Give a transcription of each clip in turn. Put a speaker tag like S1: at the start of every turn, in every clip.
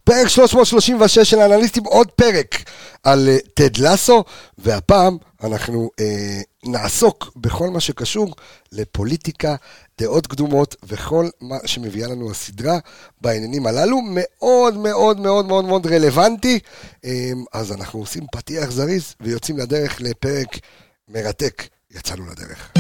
S1: פרק 336 של האנליסטים, עוד פרק על טד לסו, והפעם אנחנו נעסוק בכל מה שקשור לפוליטיקה, דעות קדומות, וכל מה שמביאה לנו הסדרה בעניינים הללו, מאוד מאוד מאוד מאוד מאוד רלוונטי. אז אנחנו עושים פתיח זריז, ויוצאים לדרך לפרק מרתק. יצאנו לדרך.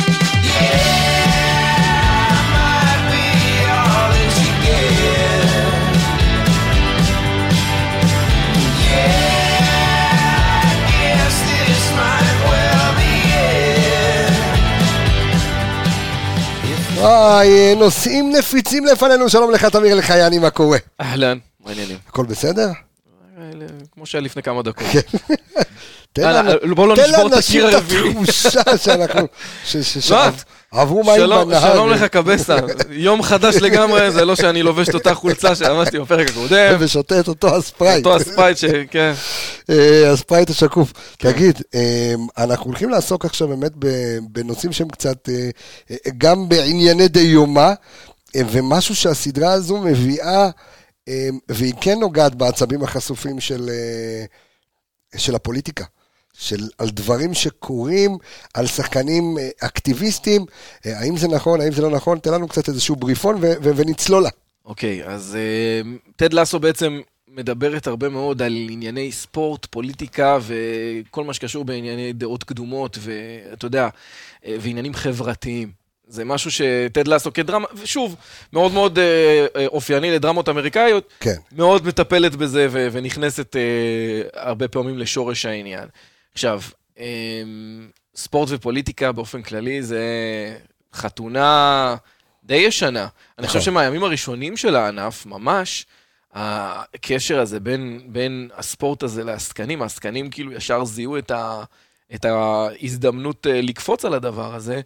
S1: נושאים נפיצים לפנינו, שלום לך תמיר אלחייני, מה קורה?
S2: אהלן, מה העניינים?
S1: הכל בסדר?
S2: כמו שהיה לפני כמה דקות.
S1: בוא לא נשבור את הקיר הרביעי. תן לאנשים את התחושה שעברו מים בנהר.
S2: שלום לך קבסה, יום חדש לגמרי, זה לא שאני לובש את אותה חולצה שעבדתי בפרק הקודם.
S1: ושותה את אותו הספרייט.
S2: אותו הספרייט, כן.
S1: הספרייט השקוף. תגיד, אנחנו הולכים לעסוק עכשיו באמת בנושאים שהם קצת, גם בענייני דיומה, ומשהו שהסדרה הזו מביאה, והיא כן נוגעת בעצבים החשופים של הפוליטיקה, על דברים שקורים, על שחקנים אקטיביסטים, האם זה נכון, האם זה לא נכון, תן לנו קצת איזשהו בריפון ונצלול לה.
S2: אוקיי, אז טד לסו בעצם מדברת הרבה מאוד על ענייני ספורט, פוליטיקה וכל מה שקשור בענייני דעות קדומות, ואתה יודע, ועניינים חברתיים. זה משהו שטד לסו כדרמה, ושוב, מאוד מאוד אופייני לדרמות אמריקאיות,
S1: כן.
S2: מאוד מטפלת בזה ונכנסת הרבה פעמים לשורש העניין. עכשיו, ספורט ופוליטיקה באופן כללי זה חתונה די ישנה. אני חושב שמהימים הראשונים של הענף, ממש, הקשר הזה בין הספורט הזה לעסקנים, העסקנים כאילו ישר זיהו את ההזדמנות לקפוץ על הדבר הזה,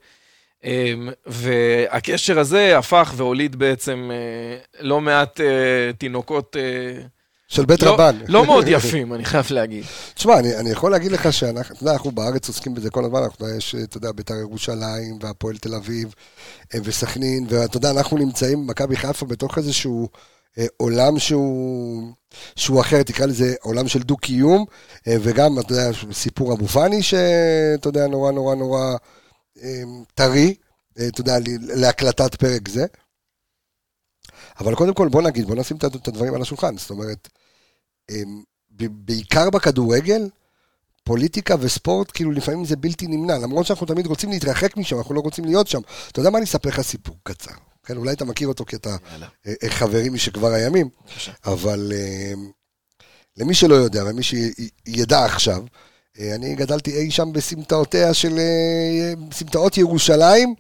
S2: והקשר הזה הפך והוליד בעצם לא מעט תינוקות
S1: של בית רבן.
S2: לא מאוד יפים, אני חייב להגיד.
S1: תשמע, אני יכול להגיד לך שאנחנו בארץ עוסקים בזה כל הזמן, יש, אתה יודע, בית"ר ירושלים והפועל תל אביב וסכנין, ואתה יודע, אנחנו נמצאים במכבי חיפה בתוך איזשהו עולם שהוא אחר, תקרא לזה עולם של דו-קיום, וגם, אתה יודע, סיפור אבו פאני, שאתה יודע, נורא נורא נורא טרי, אתה יודע, להקלטת פרק זה. אבל קודם כל, בוא נשים את הדברים על השולחן. זאת אומרת, בעיקר בכדורגל, פוליטיקה וספורט, כאילו לפעמים זה בלתי נמנע, למרות שאנחנו תמיד רוצים להתרחק משם, אנחנו לא רוצים להיות שם. אתה יודע מה, אני אספר לך סיפור קצר. כן, אולי אתה מכיר אותו כי אתה חברים משכבר הימים, אבל למי שלא יודע, ומי שידע עכשיו, אני גדלתי אי שם בסמטאות ירושלים,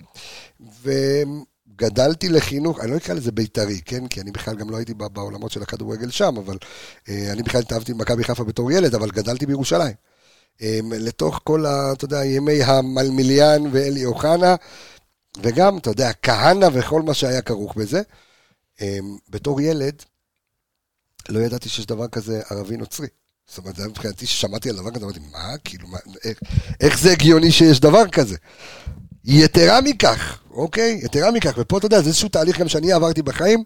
S1: וגדלתי לחינוך, אני לא אקרא לזה בית"רי, כן? כי אני בכלל גם לא הייתי בעולמות של הכדורגל שם, אבל אני בכלל התאהבתי במכבי חיפה בתור ילד, אבל גדלתי בירושלים. לתוך כל, אתה יודע, ימי המלמיליאן ואלי אוחנה, וגם, אתה יודע, כהנה וכל מה שהיה כרוך בזה. בתור ילד, לא ידעתי שיש דבר כזה ערבי נוצרי. זאת אומרת, זה מבחינתי ששמעתי על דבר כזה, אמרתי, מה? כאילו, איך זה הגיוני שיש דבר כזה? יתרה מכך, אוקיי? יתרה מכך, ופה אתה יודע, זה איזשהו תהליך גם שאני עברתי בחיים.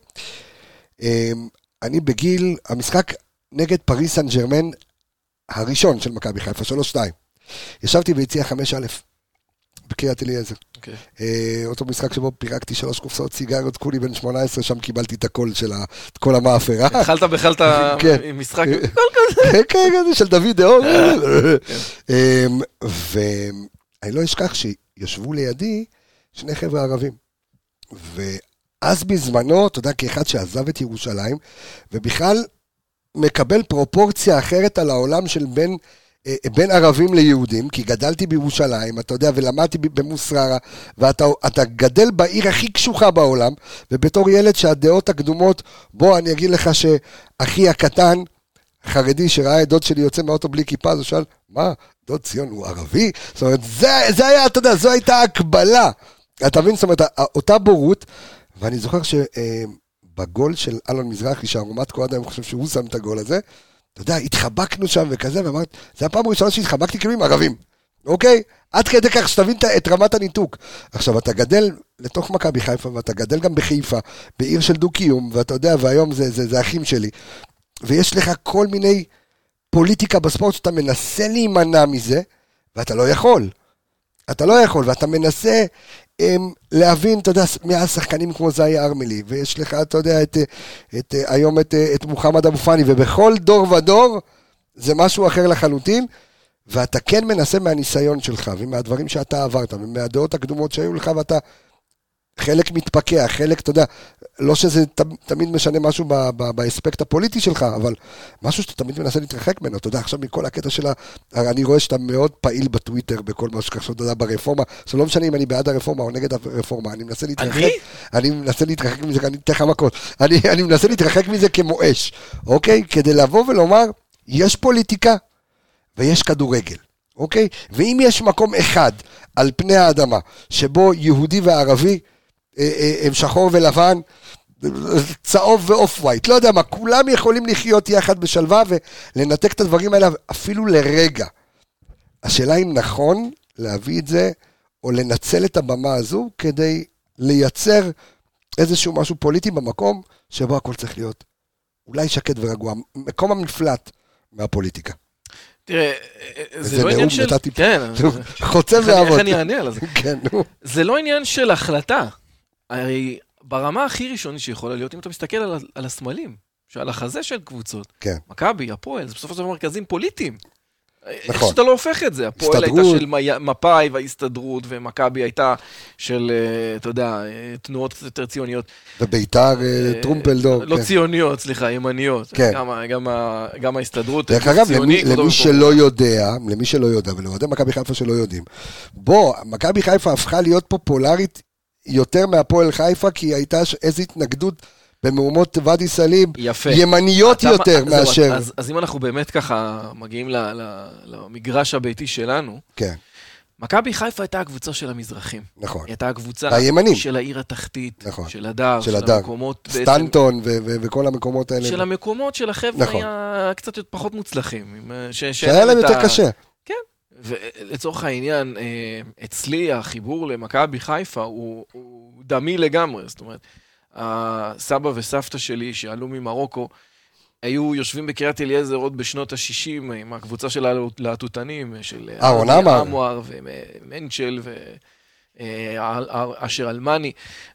S1: אני בגיל, המשחק נגד פריס סן ז'רמן, הראשון של מכבי חיפה, 3-2. ישבתי ביציע 5-1, בקריית אליעזר. אותו משחק שבו פירקתי 3 קופסאות סיגריות, כולי בן 18, שם קיבלתי את הקול של כל המאפרה.
S2: התחלת עם משחק, קול כזה.
S1: כן, של דוד דאור. ואני לא אשכח שישבו לידי 2 חבר'ה ערבים. ואז בזמנו, אתה יודע, כאחד שעזב את ירושלים, ובכלל מקבל פרופורציה אחרת על העולם של בין ערבים ליהודים, כי גדלתי בירושלים, אתה יודע, ולמדתי במוסררה, ואתה גדל בעיר הכי קשוחה בעולם, ובתור ילד שהדעות הקדומות, בוא אני אגיד לך שאחי הקטן, חרדי שראה את דוד שלי יוצא מהאוטו בלי כיפה, אז הוא שאל, מה, דוד ציון הוא ערבי? זאת אומרת, זה היה, אתה יודע, זו הייתה הקבלה. אתה מבין, זאת אומרת, אותה בורות, ואני זוכר שבגול של אלון מזרחי, שהרומת כל אדם חושב שהוא שם את הגול הזה, אתה יודע, התחבקנו שם וכזה, ואמרת, זה הפעם הראשונה שהתחבקתי כאילו עם ערבים, אוקיי? עד כדי כך שתבין את רמת הניתוק. עכשיו, אתה גדל לתוך מכבי חיפה, ואתה גדל גם בחיפה, בעיר של דו-קיום, ואתה יודע, והיום זה אחים שלי. ויש לך כל מיני פוליטיקה בספורט שאתה מנסה להימנע מזה, ואתה לא יכול. אתה לא יכול, ואתה מנסה להבין, אתה יודע, מהשחקנים כמו זאי ארמלי, ויש לך, אתה יודע, היום את מוחמד אבו פאני, ובכל דור ודור זה משהו אחר לחלוטין, ואתה כן מנסה מהניסיון שלך, ומהדברים שאתה עברת, ומהדעות הקדומות שהיו לך, ואתה חלק מתפקע, חלק, אתה יודע, לא שזה תמיד משנה משהו באספקט הפוליטי שלך, אבל משהו שאתה תמיד מנסה להתרחק ממנו, אתה יודע, עכשיו מכל הקטע שלה, אני רואה שאתה מאוד פעיל בטוויטר, בכל מה שקשור, אתה יודע, ברפורמה, זה לא משנה אם אני בעד הרפורמה או נגד הרפורמה, אני מנסה להתרחק, אני מנסה להתרחק מזה, אני אתן לך מכות, אני מנסה להתרחק מזה כמו אש, אוקיי? כדי לבוא ולומר, יש פוליטיקה, ויש כדורגל, אוקיי? ואם יש מקום אחד על פני האדמה, שבו יהודי וערבי, הם שחור ולבן, צהוב ואוף ווייט, לא יודע מה, כולם יכולים לחיות יחד בשלווה, ולנתק את הדברים האלה, אפילו לרגע. השאלה אם נכון להביא את זה, או לנצל את הבמה הזו, כדי לייצר איזשהו משהו פוליטי במקום, שבו הכל צריך להיות אולי שקט ורגוע, מקום המפלט מהפוליטיקה.
S2: תראה, זה לא עניין של... כן,
S1: חוצב לעבוד.
S2: איך אני אענה על זה? זה לא עניין של החלטה. הרי ברמה הכי ראשונית שיכולה להיות, אם אתה מסתכל על הסמלים, שעל החזה של קבוצות, מכבי, הפועל, זה בסופו של דבר מרכזים פוליטיים. איך שאתה לא הופך את זה? הפועל הייתה של מפאי וההסתדרות, ומכבי הייתה של, אתה יודע, תנועות קצת יותר ציוניות.
S1: וביתר טרומפלדור.
S2: לא ציוניות, סליחה, ימניות. גם ההסתדרות.
S1: דרך אגב, למי שלא יודע, ולאוהדי מכבי חיפה שלא יודעים, בוא, מכבי חיפה הפכה להיות פופולרית יותר מהפועל חיפה, כי הייתה איזו התנגדות במהומות ואדי סאליב, ימניות יותר מאשר...
S2: אז אם אנחנו באמת ככה מגיעים למגרש הביתי שלנו, מכבי חיפה הייתה הקבוצה של המזרחים.
S1: נכון.
S2: הייתה הקבוצה של העיר התחתית, של הדר, של המקומות...
S1: סטנטון וכל המקומות האלה.
S2: של המקומות של החבר'ה היה קצת פחות מוצלחים.
S1: שהיה להם יותר קשה.
S2: כן. ולצורך העניין, אצלי החיבור למכבי חיפה הוא דמי לגמרי, זאת אומרת, הסבא וסבתא שלי שעלו ממרוקו, היו יושבים בקריית אליעזר עוד בשנות ה-60, עם הקבוצה של הלהטוטנים, של עמואר ומנצ'ל ואשר אלמני,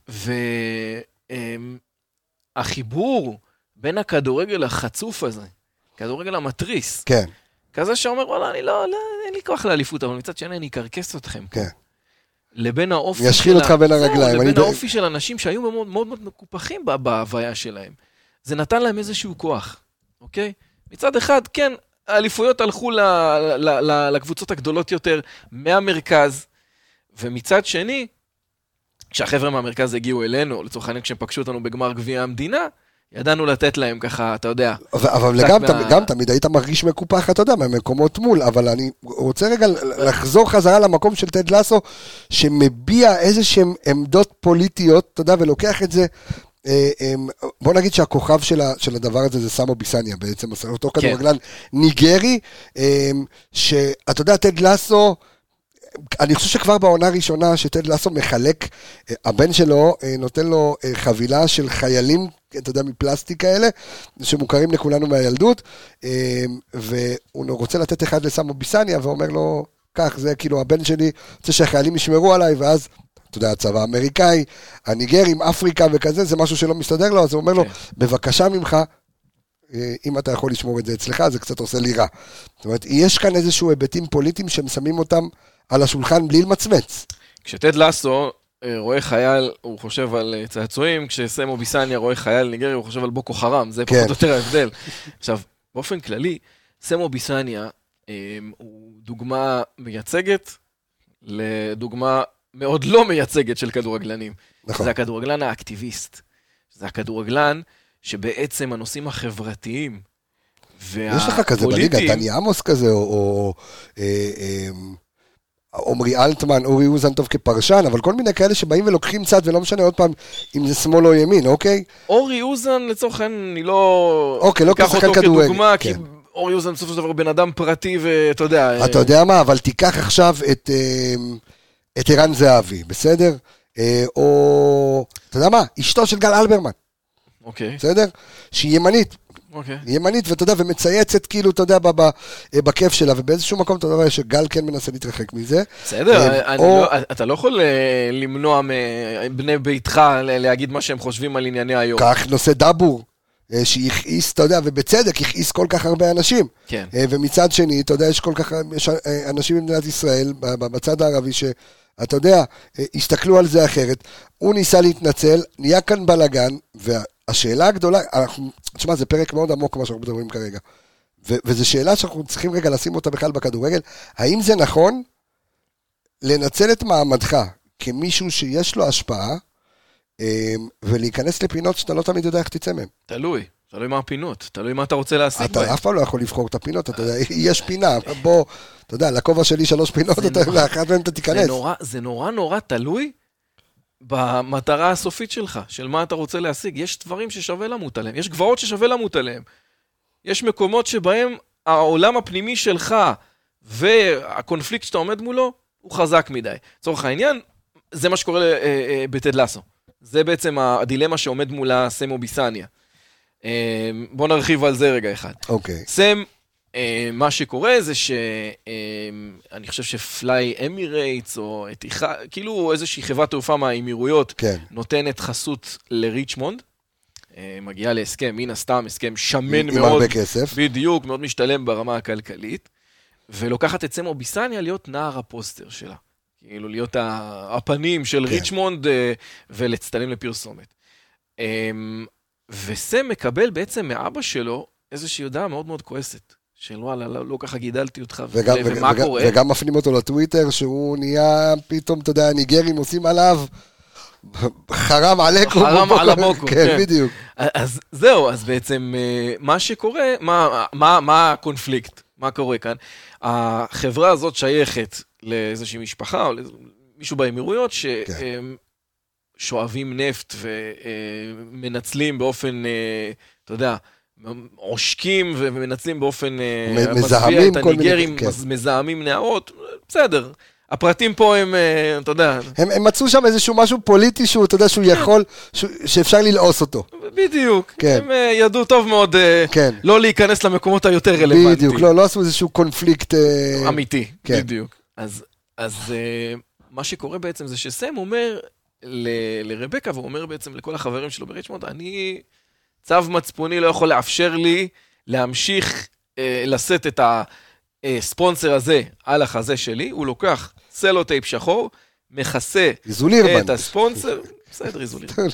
S2: והחיבור בין הכדורגל החצוף הזה, כדורגל המטריס,
S1: כן.
S2: כזה שאומר, וואלה, אין לי כוח לאליפות, אבל מצד שני אני אקרקס אתכם.
S1: כן.
S2: לבין האופי
S1: ישחיל אותך בין הרגליים.
S2: לבין האופי של אנשים שהיו מאוד מאוד מקופחים בהוויה שלהם. זה נתן להם איזשהו כוח, אוקיי? מצד אחד, כן, האליפויות הלכו לקבוצות הגדולות יותר מהמרכז, ומצד שני, כשהחבר'ה מהמרכז הגיעו אלינו, לצורך העניין כשהם פגשו אותנו בגמר גביע המדינה, ידענו לתת להם ככה, אתה יודע.
S1: אבל גם תמיד היית מרגיש מקופח, אתה יודע, מהמקומות מול, אבל אני רוצה רגע לחזור חזרה למקום של טד לסו, שמביע איזשהם עמדות פוליטיות, אתה יודע, ולוקח את זה, בוא נגיד שהכוכב של הדבר הזה זה סמו ביסניה, בעצם אותו כדורגלן ניגרי, שאתה יודע, טד לסו, אני חושב שכבר בעונה הראשונה שטד לסו מחלק, הבן שלו נותן לו חבילה של חיילים, אתה יודע, מפלסטיק כאלה, שמוכרים לכולנו מהילדות, והוא רוצה לתת אחד לסמו ביסניה, ואומר לו, כך, זה כאילו הבן שלי, רוצה שהחיילים ישמרו עליי, ואז, אתה יודע, הצבא האמריקאי, הניגרים, אפריקה וכזה, זה משהו שלא מסתדר לו, אז הוא אומר לו, בבקשה ממך, אם אתה יכול לשמור את זה אצלך, זה קצת עושה לי רע. זאת אומרת, יש כאן איזשהו היבטים פוליטיים ששמים אותם על השולחן בלי למצמץ.
S2: כשטד לסו רואה חייל, הוא חושב על צעצועים, כשסמו ביסניה רואה חייל ניגרי, הוא חושב על בוקו חרם, זה פחות או יותר ההבדל. עכשיו, באופן כללי, סמו ביסניה הוא דוגמה מייצגת, לדוגמה מאוד לא מייצגת של כדורגלנים. זה הכדורגלן האקטיביסט. זה הכדורגלן שבעצם הנושאים החברתיים
S1: יש לך כזה בליגה, דני עמוס כזה, או עומרי אלטמן, אורי אוזנטוב כפרשן, אבל כל מיני כאלה שבאים ולוקחים צד, ולא משנה עוד פעם אם זה שמאל או ימין, אוקיי?
S2: אורי אוזן, לצורך העניין, אני לא...
S1: אוקיי, לא כשחקן כדורגל.
S2: כדוגמה, כי אורי אוזן בסופו של דבר בן אדם פרטי, ואתה יודע...
S1: אתה יודע מה, אבל תיקח עכשיו את ערן זהבי, בסדר? או, אתה יודע מה, אשתו של גל אלברמן.
S2: אוקיי.
S1: בסדר? שהיא ימנית.
S2: אוקיי.
S1: ימנית, ואתה יודע, ומצייצת כאילו, אתה יודע, בכיף שלה, ובאיזשהו מקום, אתה יודע, שגל כן מנסה להתרחק מזה.
S2: בסדר, אתה לא יכול למנוע מבני ביתך להגיד מה שהם חושבים על ענייני היום.
S1: כך נושא דאבור, שהכעיס, אתה יודע, ובצדק, הכעיס כל כך הרבה אנשים.
S2: כן.
S1: ומצד שני, אתה יודע, יש כל כך אנשים במדינת ישראל, בצד הערבי, שאתה יודע, הסתכלו על זה אחרת. הוא ניסה להתנצל, נהיה כאן בלגן, והשאלה הגדולה, תשמע, זה פרק מאוד עמוק מה שאנחנו מדברים כרגע. וזו שאלה שאנחנו צריכים רגע לשים אותה בכלל בכדורגל. האם זה נכון לנצל את מעמדך כמישהו שיש לו השפעה, ולהיכנס לפינות שאתה לא תמיד יודע איך תצא מהם?
S2: תלוי מה הפינות, תלוי מה אתה רוצה להשיג בהם.
S1: אתה אף פעם לא יכול לבחור את הפינות, אתה יודע, יש פינה, בוא, אתה יודע, לכובע שלי 3 פינות, לאחת מהם אתה תיכנס.
S2: זה נורא תלוי במטרה הסופית שלך, של מה אתה רוצה להשיג. יש דברים ששווה למות עליהם, יש גבעות ששווה למות עליהם. יש מקומות שבהם העולם הפנימי שלך והקונפליקט שאתה עומד מולו, הוא חזק מדי. לצורך העניין, זה מה שקורה בטד לסו. זה בעצם הדילמה שעומד מולה סם אוביסניה. בוא נרחיב על זה רגע אחד.
S1: אוקיי.
S2: סם, מה שקורה זה שאני חושב שפליי אמירייטס, או כאילו איזושהי חברת תעופה מהאמירויות, נותנת חסות לריצ'מונד, מגיעה להסכם, מן הסתם, הסכם שמן מאוד. עם
S1: הרבה כסף.
S2: בדיוק, מאוד משתלם ברמה הכלכלית, ולוקחת את סם אוביסניה להיות נער הפוסטר שלה. כאילו להיות הפנים של ריצ'מונד ולהצטלם לפרסומת. וסם מקבל בעצם מאבא שלו איזושהי הודעה מאוד מאוד כועסת, של וואלה, לא ככה גידלתי אותך, ומה קורה?
S1: וגם מפנים אותו לטוויטר, שהוא נהיה פתאום, אתה יודע, הניגרים עושים עליו, חרם עליכם.
S2: חרם על הבוקו.
S1: כן, בדיוק.
S2: אז זהו, אז בעצם מה שקורה, מה הקונפליקט? מה קורה כאן? החברה הזאת שייכת לאיזושהי משפחה, או מישהו באמירויות, ששואבים נפט ומנצלים באופן, אתה יודע, עושקים ומנצלים באופן מזוויע את הניגרים, מזהמים נערות, בסדר. הפרטים פה הם, אתה יודע...
S1: הם מצאו שם איזשהו משהו פוליטי שהוא, אתה יודע, שהוא יכול, שאפשר ללעוס אותו.
S2: בדיוק. הם ידעו טוב מאוד לא להיכנס למקומות היותר רלוונטיים.
S1: בדיוק, לא עשו איזשהו קונפליקט...
S2: אמיתי, בדיוק. אז מה שקורה בעצם זה שסם אומר לרבקה, והוא אומר בעצם לכל החברים שלו בריצ'מונד, אני צו מצפוני לא יכול לאפשר לי להמשיך לשאת את הספונסר הזה על החזה שלי, הוא לוקח סלוטייפ שחור, מכסה את הספונסר, בסדר, איזולירמן.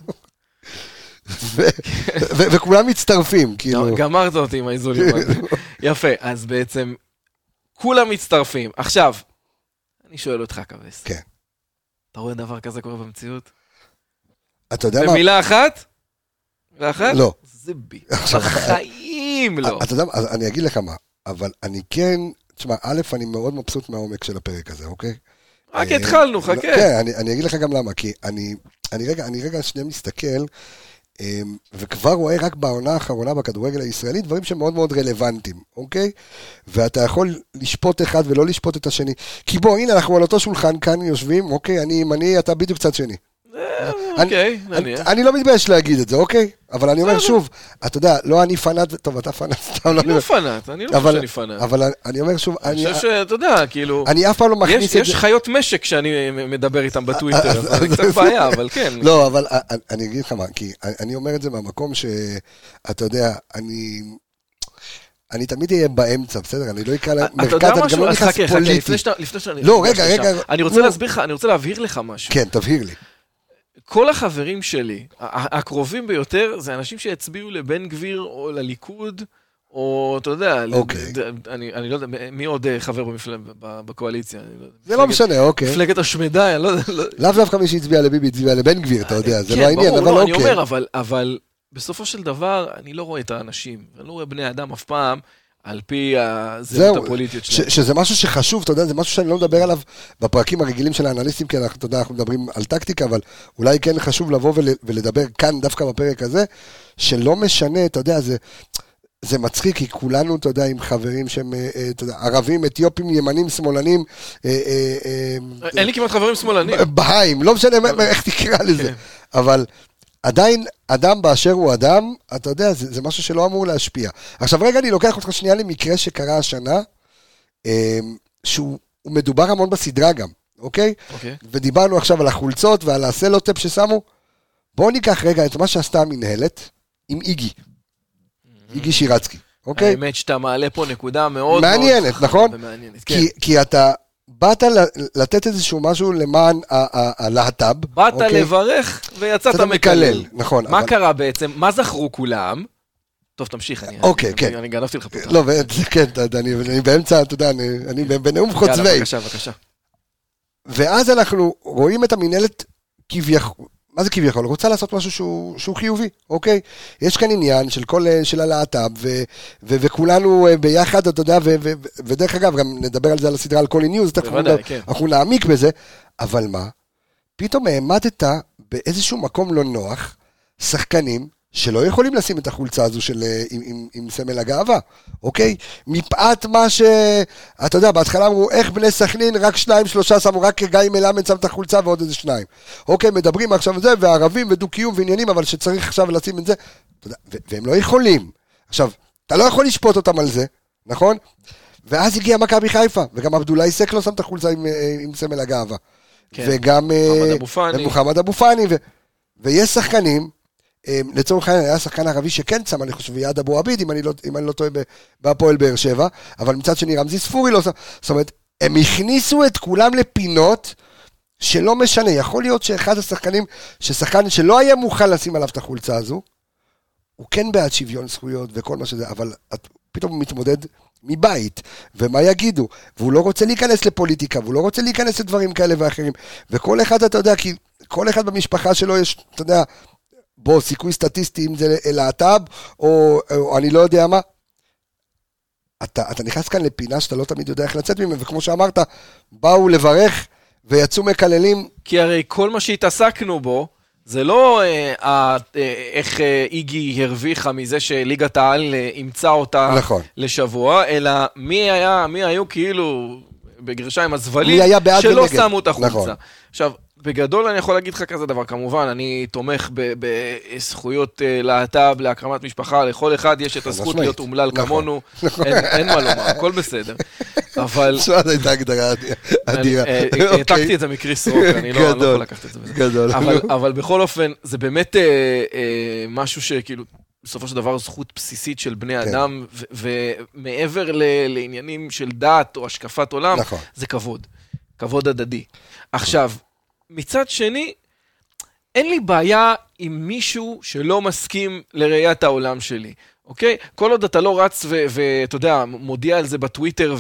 S1: וכולם מצטרפים, כאילו.
S2: גמרת אותי עם האיזולירמן. יפה, אז בעצם כולם מצטרפים. עכשיו, אני שואל אותך, קבס.
S1: כן.
S2: אתה רואה דבר כזה קורה במציאות?
S1: אתה יודע מה?
S2: במילה אחת? מילה אחת?
S1: לא.
S2: זה בי. בחיים לא.
S1: אתה יודע, אני אגיד לך מה, אבל אני כן, תשמע, א', אני מאוד מבסוט מהעומק של הפרק הזה, אוקיי?
S2: רק התחלנו, חכה.
S1: כן, אני אגיד לך גם למה, כי אני רגע שנייה מסתכל, וכבר רואה רק בעונה האחרונה בכדורגל הישראלי, דברים שמאוד מאוד רלוונטיים, אוקיי? ואתה יכול לשפוט אחד ולא לשפוט את השני. כי בוא, הנה, אנחנו על אותו שולחן כאן יושבים, אוקיי? אני ימני, אתה בדיוק קצת שני.
S2: אוקיי, נניח.
S1: אני לא מתבייש להגיד את זה, אוקיי? אבל אני אומר שוב, אתה יודע, לא אני פנאט, טוב, אתה פנאט,
S2: אני לא פנאט, אני לא חושב שאני פנאט.
S1: אבל אני אומר שוב,
S2: אני חושב שאתה יודע, כאילו...
S1: אני אף פעם לא מכניס את זה...
S2: יש חיות משק שאני מדבר איתם בטוויטר, אז זה קצת בעיה, אבל כן.
S1: לא, אבל אני אגיד לך מה, כי אני אומר את זה מהמקום שאתה יודע, אני תמיד אהיה באמצע, בסדר? אני לא אקרא למרכז, אני גם לא נכנס פוליטי.
S2: לפני שאני...
S1: לא, רגע.
S2: אני רוצה להסביר לך, אני רוצה להבהיר לך משהו.
S1: כן, תבהיר לי.
S2: כל החברים שלי, הקרובים ביותר, זה אנשים שהצביעו לבן גביר או לליכוד, או אתה יודע, אני לא יודע, מי עוד חבר בקואליציה?
S1: זה לא משנה, אוקיי.
S2: מפלגת השמדה, אני לא יודע.
S1: לאו דווקא מי שהצביע לביבי, הצביע לבן גביר, אתה יודע, זה לא העניין, אבל
S2: אוקיי. אני אומר, אבל בסופו של דבר, אני לא רואה את האנשים, ואני לא רואה בני אדם אף פעם, על פי הזהות הפוליטיות שלהם.
S1: שזה משהו שחשוב, אתה יודע, זה משהו שאני לא מדבר עליו בפרקים הרגילים של האנליסטים, כי אנחנו מדברים על טקטיקה, אבל אולי כן חשוב לבוא ולדבר כאן, דווקא בפרק הזה, שלא משנה, אתה יודע, זה מצחיק, כי כולנו, אתה יודע, עם חברים שהם, אתה יודע, ערבים, אתיופים, ימנים, שמאלנים.
S2: אין לי כמעט חברים שמאלנים.
S1: בהיים, לא משנה איך תקרא לזה. אבל עדיין אדם באשר הוא אדם, אתה יודע, זה משהו שלא אמור להשפיע. עכשיו רגע, אני לוקח אותך שנייה למקרה שקרה השנה, שהוא מדובר המון בסדרה גם, אוקיי? ודיברנו עכשיו על החולצות ועל הסלוטפ ששמו, בואו ניקח רגע את מה שעשתה המנהלת עם איגי שירצקי, אוקיי?
S2: האמת שאתה מעלה פה נקודה מאוד
S1: מעניינת, נכון? כי אתה באת לתת איזשהו משהו למען הלהט"ב.
S2: באת לברך ויצאת מקלל.
S1: נכון.
S2: מה קרה בעצם? מה זכרו כולם? טוב, תמשיך.
S1: אוקיי, כן.
S2: אני גנבתי לך פה.
S1: לא, כן, אני באמצע, אתה יודע, אני בנאום חוצבי.
S2: יאללה, בבקשה.
S1: ואז אנחנו רואים את המנהלת כביכול, מה זה כביכול? רוצה לעשות משהו שהוא חיובי, אוקיי? יש כאן עניין של הלהט"ב, וכולנו ביחד, אתה יודע, ודרך אגב, גם נדבר על זה, על הסדרה, על כל ניוז, אנחנו נעמיק בזה, אבל מה? פתאום העמדת באיזשהו מקום לא נוח, שחקנים שלא יכולים לשים את החולצה הזו עם סמל הגאווה, אוקיי? מפאת מה אתה יודע, בהתחלה אמרו, איך בני סכנין, רק 2-3 שמו, רק גיא מלמד שם את החולצה ועוד איזה 2. אוקיי, מדברים עכשיו על זה, וערבים ודו-קיום ועניינים, אבל שצריך עכשיו לשים את זה, אתה יודע, והם לא יכולים. עכשיו, אתה לא יכול לשפוט אותם על זה, נכון? ואז הגיע מכבי חיפה, וגם עבדולאי סק לא שם את החולצה עם סמל הגאווה.
S2: כן.
S1: וגם מוחמד אבו פאני, ויש שחקנים, לצורך העניין היה שחקן ערבי שכן צם, אני חושב, יעד אבו עביד, אם אני לא טועה בהפועל באר שבע, אבל מצד שני רמזי ספורי לא, זאת אומרת, הם הכניסו את כולם לפינות, שלא משנה, יכול להיות שאחד השחקנים, ששחקן שלא היה מוכן לשים עליו את החולצה הזו, הוא כן בעד שוויון זכויות וכל מה שזה, אבל פתאום הוא מתמודד מבית, ומה יגידו, והוא לא רוצה להיכנס לפוליטיקה, והוא לא רוצה להיכנס לדברים כאלה ואחרים, וכל אחד, אתה יודע, כי כל אחד במשפחה שלו יש, אתה יודע, בוא, סיכוי סטטיסטי, אם זה להט"ב, או אני לא יודע מה. אתה נכנס כאן לפינה שאתה לא תמיד יודע איך לצאת ממנו, וכמו שאמרת, באו לברך ויצאו מקללים.
S2: כי הרי כל מה שהתעסקנו בו, זה לא איך איגי הרוויחה מזה שליגת העל אימצה אותה
S1: נכון.
S2: לשבוע, אלא מי היו כאילו בגרשיים הזבלים שלא
S1: ונגד.
S2: שמו את החולצה.
S1: נכון.
S2: עכשיו, בגדול אני יכול להגיד לך כזה דבר, כמובן, אני תומך בזכויות להט"ב, להקרמת משפחה, לכל אחד יש את הזכות להיות אומלל כמונו, אין מה לומר, הכל בסדר. אבל...
S1: זאת הייתה הגדרה אדירה.
S2: העתקתי את זה מקריס רוק, אני לא יכול לקחת את זה.
S1: גדול.
S2: אבל בכל אופן, זה באמת משהו שכאילו, בסופו של דבר זכות בסיסית של בני אדם, ומעבר לעניינים של דת או השקפת עולם, זה כבוד. כבוד הדדי. עכשיו, מצד שני, אין לי בעיה עם מישהו שלא מסכים לראיית העולם שלי, אוקיי? כל עוד אתה לא רץ ואתה יודע, מודיע על זה בטוויטר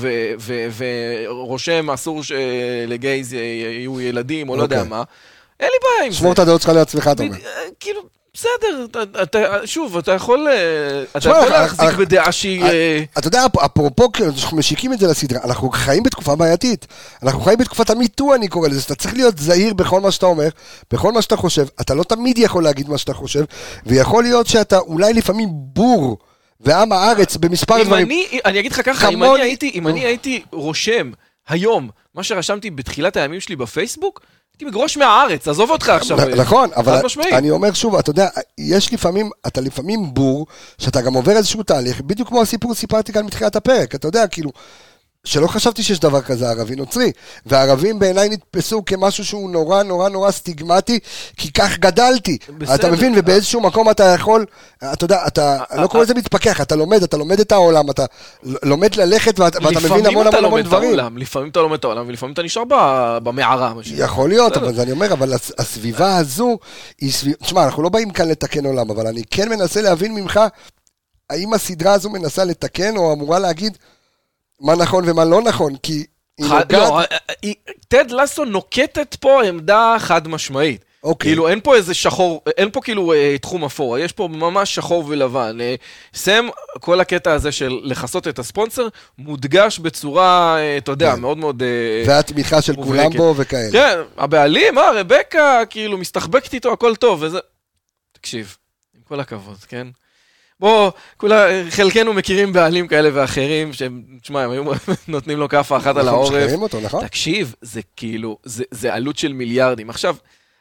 S2: ורושם אסור שלגייז יהיו ילדים או לא יודע מה, אין לי בעיה עם זה.
S1: שמור את הדעות שלך לעצמך, אתה אומר.
S2: כאילו, בסדר, שוב, אתה יכול להחזיק בדעה שהיא...
S1: אתה יודע, אפרופו, אנחנו משיקים את זה לסדרה, אנחנו חיים בתקופה בעייתית, אנחנו חיים בתקופת המיטו, אני קורא לזה, אתה צריך להיות זהיר בכל מה שאתה אומר, בכל מה שאתה חושב, אתה לא תמיד יכול להגיד מה שאתה חושב, ויכול להיות שאתה אולי לפעמים בור, ועם הארץ במספר דברים.
S2: אני אגיד לך ככה, אם אני הייתי רושם היום, מה שרשמתי בתחילת הימים שלי בפייסבוק, הייתי מגרוש מהארץ, עזוב אותך עכשיו.
S1: נכון, אבל אני אומר שוב, אתה יודע, יש לפעמים, אתה לפעמים בור, שאתה גם עובר איזשהו תהליך, בדיוק כמו הסיפור סיפרתי כאן מתחילת הפרק, אתה יודע, כאילו, שלא חשבתי שיש דבר כזה ערבי נוצרי, והערבים בעיניי נתפסו כמשהו שהוא נורא נורא נורא סטיגמטי, כי כך גדלתי, אתה מבין, ובאיזשהו מקום אתה יכול, אתה יודע, אתה לא קורא לזה מתפכח, אתה לומד את העולם, אתה לומד ללכת, ואתה מבין המון המון המון דברים.
S2: לפעמים אתה לומד את העולם, ולפעמים אתה נשאר במערה.
S1: יכול להיות, אבל אני אומר, אבל הסביבה הזו, תשמע, אנחנו לא באים כאן לתקן עולם, אבל אני כן מנסה להבין ממך, האם הסדרה הזו מנסה לתקן, או אמורה להגיד, מה נכון ומה לא נכון, כי היא נוגעת... לא,
S2: טד לסו נוקטת פה עמדה חד משמעית. כאילו אין פה איזה שחור, אין פה כאילו תחום אפור, יש פה ממש שחור ולבן. סם, כל הקטע הזה של לחסות את הספונסר, מודגש בצורה, אתה יודע, מאוד מאוד...
S1: והתמיכה של כולם בו וכאלה.
S2: כן, הבעלים, רבקה, כאילו מסתחבקת איתו, הכל טוב, וזה... תקשיב, עם כל הכבוד, כן? בוא, חלקנו מכירים בעלים כאלה ואחרים, שהם, תשמע, הם היו נותנים לו כפה אחת על העורף.
S1: אותו, נכון?
S2: תקשיב, זה כאילו, זה עלות של מיליארדים. עכשיו,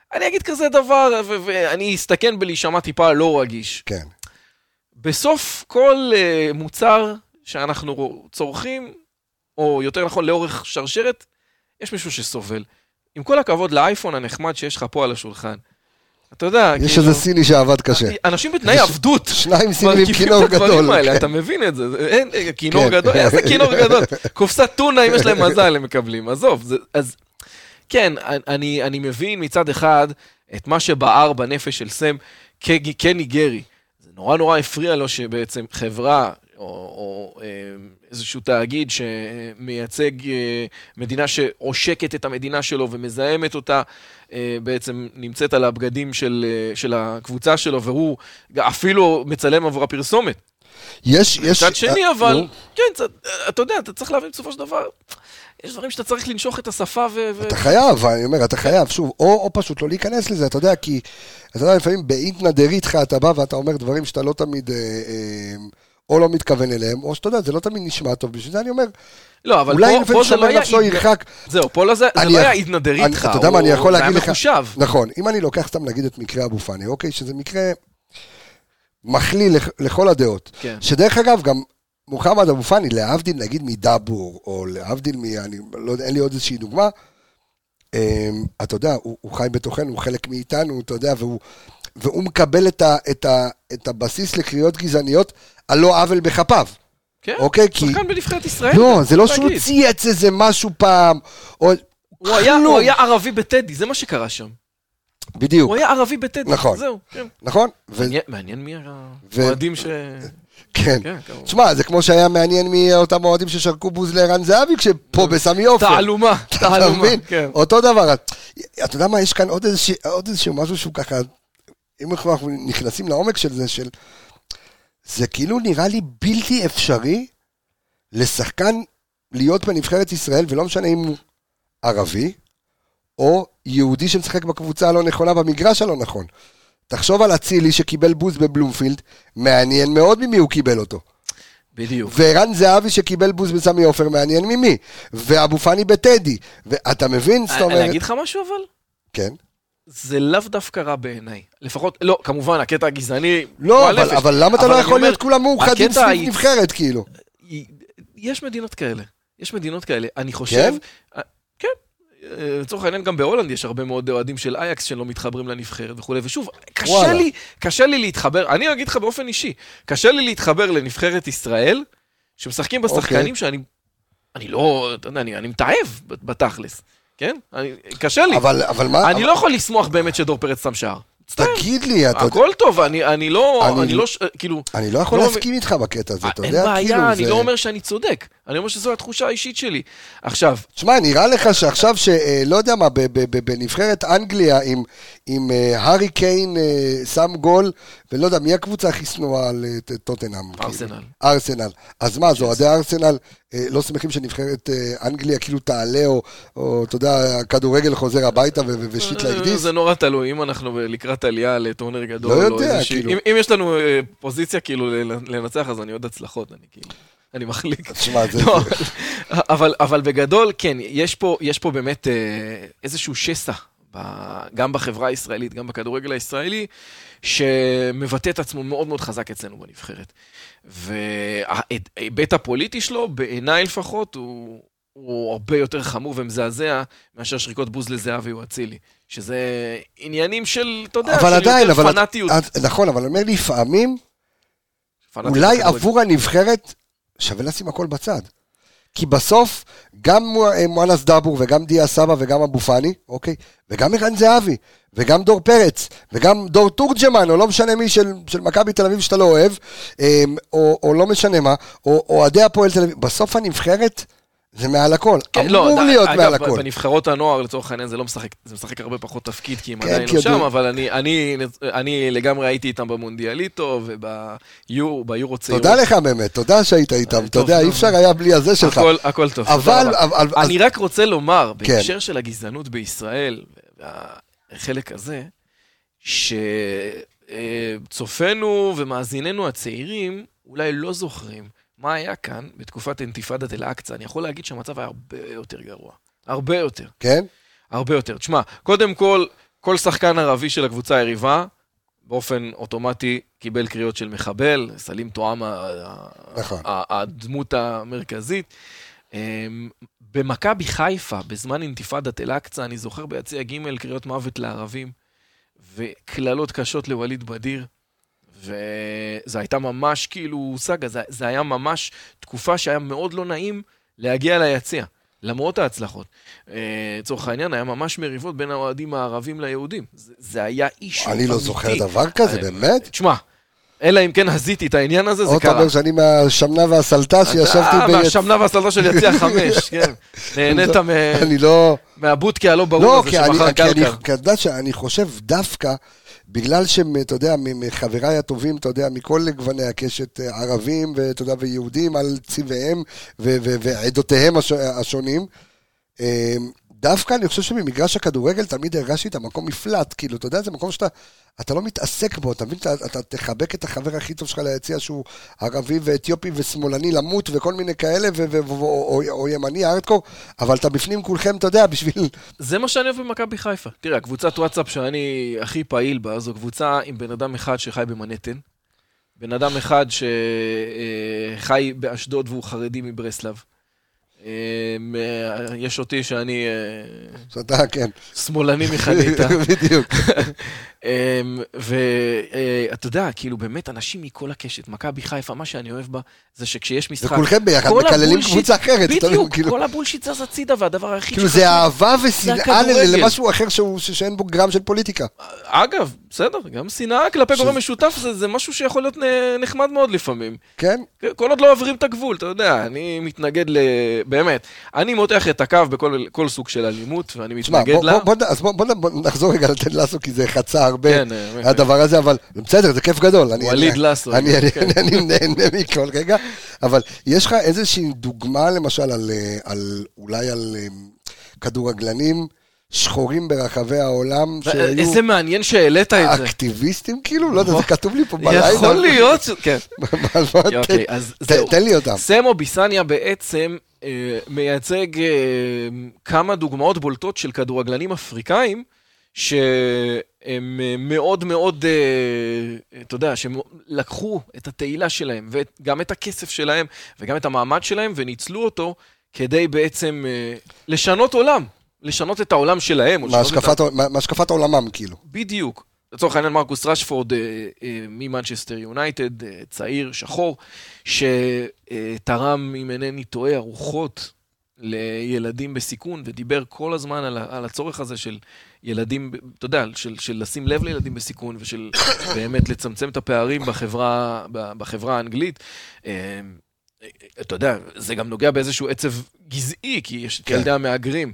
S2: אני אגיד כזה דבר, ואני אסתכן בלהישמע טיפה לא רגיש.
S1: כן.
S2: בסוף כל מוצר שאנחנו צורכים, או יותר נכון לאורך שרשרת, יש מישהו שסובל. עם כל הכבוד לאייפון הנחמד שיש לך פה על השולחן. אתה יודע,
S1: יש איזה סיני שעבד קשה.
S2: אנשים בתנאי עבדות.
S1: שניים סינים עם כינור גדול.
S2: אתה מבין את זה. אין כינור גדול, איזה כינור גדול. קופסת טונה, אם יש להם מזל, הם מקבלים. עזוב. אז כן, אני מבין מצד אחד את מה שבער בנפש של סם קני גרי. זה נורא נורא הפריע לו שבעצם חברה או איזשהו תאגיד שמייצג מדינה שעושקת את המדינה שלו ומזהמת אותה, בעצם נמצאת על הבגדים של הקבוצה שלו, והוא אפילו מצלם עבור הפרסומת.
S1: יש...
S2: מצד שני, אבל, כן, אתה יודע, אתה צריך להבין בסופו של דבר, יש דברים שאתה צריך לנשוך את השפה
S1: אתה חייב, אני אומר, אתה חייב, שוב, או פשוט לא להיכנס לזה, אתה יודע, כי, אתה יודע, לפעמים באינטנה דריתך אתה בא ואתה אומר דברים שאתה לא תמיד... או לא מתכוון אליהם, או שאתה יודע, זה לא תמיד נשמע טוב, בשביל זה אני אומר,
S2: לא, אבל
S1: אולי פה זה לא היה
S2: ירחק. זהו, פה זה לא היה עידנדרית איתך,
S1: אתה יודע מה, אני יכול להגיד לך,
S2: מחושב.
S1: נכון, אם אני לוקח סתם נגיד את מקרה אבו פאני, אוקיי, שזה מקרה מכליל לכל הדעות, שדרך אגב גם מוחמד אבו פאני, להבדיל נגיד מדאבור, או להבדיל אין לי עוד איזושהי דוגמה, אתה יודע, הוא חי בתוכנו, הוא חלק מאיתנו, אתה יודע, והוא מקבל את הבסיס לקריאות גזעניות, על לא עוול בכפיו.
S2: כן,
S1: אוקיי?
S2: שחקן בנבחרת ישראל.
S1: לא, זה לא שהוא צייץ איזה משהו פעם.
S2: הוא היה ערבי בטדי, זה מה שקרה שם.
S1: בדיוק.
S2: הוא היה ערבי בטדי,
S1: נכון.
S2: זהו.
S1: נכון.
S2: מעניין מי המועדים ש...
S1: כן. תשמע, זה כמו שהיה מעניין מי אותם מועדים ששרקו בוז לערן זהבי, כשפה בסמי עופר.
S2: תעלומה.
S1: אתה מבין? אותו דבר. אתה יודע מה, יש כאן עוד איזשהו משהו שהוא ככה, אם אנחנו נכנסים לעומק של זה, זה כאילו נראה לי בלתי אפשרי לשחקן להיות בנבחרת ישראל, ולא משנה אם הוא ערבי, או יהודי שמשחק בקבוצה הלא נכונה, במגרש הלא נכון. תחשוב על הצילי שקיבל בוז בבלומפילד, מעניין מאוד ממי הוא קיבל אותו.
S2: בדיוק.
S1: וערן זהבי שקיבל בוז בסמי עופר, מעניין ממי. ואבו פאני בטדי. ואתה מבין?
S2: אני אגיד לך משהו אבל?
S1: כן.
S2: זה לאו דווקא רע בעיניי. לפחות, לא, כמובן, הקטע הגזעני...
S1: לא, אבל למה אתה לא יכול להיות כולם מאוחדים סביב נבחרת, כאילו?
S2: יש מדינות כאלה. יש מדינות כאלה. אני חושב... כן. לצורך העניין, גם בהולנד יש הרבה מאוד אוהדים של אייקס שלא מתחברים לנבחרת וכו'. ושוב, קשה לי להתחבר, אני אגיד לך באופן אישי, קשה לי להתחבר לנבחרת ישראל, שמשחקים בשחקנים שאני לא... אתה יודע, אני מתאהב בתכלס. כן? קשה לי.
S1: אבל מה...
S2: אני לא יכול לשמוח באמת שדור פרץ שם שער.
S1: תגיד לי,
S2: הכל טוב, אני לא, כאילו...
S1: אני לא יכול להסכים איתך בקטע הזה, אתה יודע,
S2: אין בעיה, אני לא אומר שאני צודק, אני אומר שזו התחושה האישית שלי. עכשיו...
S1: תשמע, נראה לך שעכשיו שלא יודע מה, בנבחרת אנגליה, עם הארי קיין שם גול, ולא יודע, מי הקבוצה הכי שנואה על טוטנהאם? ארסנל. אז מה, זו עדי ארסנל, לא שמחים שנבחרת אנגליה כאילו תעלה, או אתה יודע, הכדורגל חוזר הביתה ושיט להקדיס?
S2: זה נורא תלוי, אם אנחנו לקראת עלייה לטורניר גדול,
S1: לא יודע, כאילו.
S2: אם יש לנו פוזיציה כאילו לנצח, אז אני עוד הצלחות, אני מחליק. אבל בגדול, כן, יש פה באמת איזשהו שסע, גם בחברה הישראלית, גם בכדורגל הישראלי, שמבטא את עצמו מאוד מאוד חזק אצלנו בנבחרת. וההיבט הפוליטי שלו, בעיניי לפחות, הוא הרבה יותר חמור ומזעזע מאשר שריקות בוז לזהבי או אצילי. שזה עניינים של, אתה יודע, של יותר פנאטיות.
S1: נכון, אבל אני אומר לפעמים, אולי עבור הנבחרת שווה לשים הכל בצד. כי בסוף, גם מואנס דאבור וגם דיה סבא וגם אבו פאני, אוקיי? וגם ערן זהבי, וגם דור פרץ, וגם דור תורג'מן, או לא משנה מי של מכבי תל אביב שאתה לא אוהב, או לא משנה מה, או אוהדי הפועל תל אביב. בסוף הנבחרת זה מעל הכל, אמור להיות מעל הכל.
S2: אגב, בנבחרות הנוער לצורך העניין זה לא משחק, זה משחק הרבה פחות תפקיד, כי הם עדיין לא שם, אבל אני לגמרי הייתי איתם במונדיאליטו, וביורו צעירות.
S1: תודה לך באמת, תודה שהיית איתם, אתה יודע, אי אפשר היה בלי הזה שלך.
S2: הכל טוב. אני רק רוצה לומר, בהקשר של הגזענות בישראל, והחלק הזה, שצופנו ומאזיננו הצעירים, אולי לא זוכרים, מה היה כאן בתקופת אינתיפאדת אל-אקצא? אני יכול להגיד שהמצב היה הרבה יותר גרוע. הרבה יותר.
S1: כן?
S2: הרבה יותר. תשמע, קודם כל, כל שחקן ערבי של הקבוצה היריבה, באופן אוטומטי קיבל קריאות של מחבל, סלים תואם הדמות המרכזית. במכבי חיפה, בזמן אינתיפאדת אל-אקצא, אני זוכר ביציע ג' קריאות מוות לערבים, וכללות קשות לווליד בדיר, וזה הייתה ממש כאילו סגה, זה היה ממש תקופה שהיה מאוד לא נעים להגיע ליציע, למרות ההצלחות. לצורך העניין, היה ממש מריבות בין האוהדים הערבים ליהודים. זה היה איש
S1: אני לא זוכר דבר כזה, באמת?
S2: תשמע, אלא אם כן הזיתי את העניין הזה, זה קרה.
S1: עוד אומר שאני מהשמנה והסלטה שישבתי
S2: מהשמנה והסלטה של יציע 5, כן. נהנית מהבוטקה הלא ברור הזה שמחר קלקר.
S1: כי אתה יודע שאני חושב דווקא, בגלל שהם, אתה יודע, מחבריי הטובים, אתה יודע, מכל גווני הקשת ערבים, ואתה יודע, ויהודים על צבעיהם ועדותיהם השונים, דווקא אני חושב שממגרש הכדורגל תמיד הרגשתי את המקום מפלט, כאילו, אתה יודע, זה מקום שאתה לא מתעסק בו, אתה מבין, אתה תחבק את החבר הכי טוב שלך ליציע, שהוא ערבי ואתיופי ושמאלני למות וכל מיני כאלה, או ימני, הארדקור, אבל אתה בפנים כולכם, אתה יודע, בשביל...
S2: זה מה שאני אוהב במכבי חיפה. תראה, קבוצת וואטסאפ שאני הכי פעיל בה, זו קבוצה עם בן אדם אחד שחי במנהטן, בן אדם אחד שחי באשדוד והוא חרדי מברסלב. יש אותי שאני
S1: שאתה, כן.
S2: שמאלני מחניתה.
S1: בדיוק.
S2: ואתה יודע, כאילו באמת אנשים מכל הקשת, מכבי חיפה, מה שאני אוהב בה, זה שכשיש משחק...
S1: וכולכם ביחד מקללים קבוצה אחרת.
S2: בדיוק, כל הבולשיט זז הצידה, והדבר הכי...
S1: כאילו זה אהבה ושנאה למשהו אחר שאין בו גרם של פוליטיקה.
S2: אגב, בסדר, גם שנאה כלפי גורם משותף, זה משהו שיכול להיות נחמד מאוד לפעמים.
S1: כן.
S2: כל עוד לא עוברים את הגבול, אתה יודע, אני מתנגד באמת, אני מותח את הקו בכל סוג של אלימות, ואני מתנגד לה.
S1: אז בוא נחזור רגע לתת לסו, כי זה חצה הרבה הדבר הזה, אבל בסדר, זה כיף גדול.
S2: וליד לסו.
S1: אני נהנה מכל רגע, אבל יש לך איזושהי דוגמה, למשל, אולי על כדורגלנים שחורים ברחבי העולם,
S2: איזה מעניין שהעלית את זה.
S1: אקטיביסטים כאילו? לא יודע, זה כתוב לי פה בלילה.
S2: יכול להיות, כן.
S1: תן לי אותם.
S2: סמו ביסניה בעצם מייצג כמה דוגמאות בולטות של כדורגלנים אפריקאים, שהם מאוד מאוד, אתה יודע, שהם לקחו את התהילה שלהם, וגם את הכסף שלהם, וגם את המעמד שלהם, וניצלו אותו כדי בעצם לשנות עולם. לשנות את העולם שלהם.
S1: מהשקפת העולמם, כאילו.
S2: בדיוק. לצורך העניין מרקוס רשפורד ממנצ'סטר יונייטד, צעיר, שחור, שתרם, אם אינני טועה, ארוחות לילדים בסיכון, ודיבר כל הזמן על הצורך הזה של ילדים, אתה יודע, של לשים לב לילדים בסיכון, ושל באמת לצמצם את הפערים בחברה האנגלית. אתה יודע, זה גם נוגע באיזשהו עצב גזעי, כי יש את ילדי המהגרים,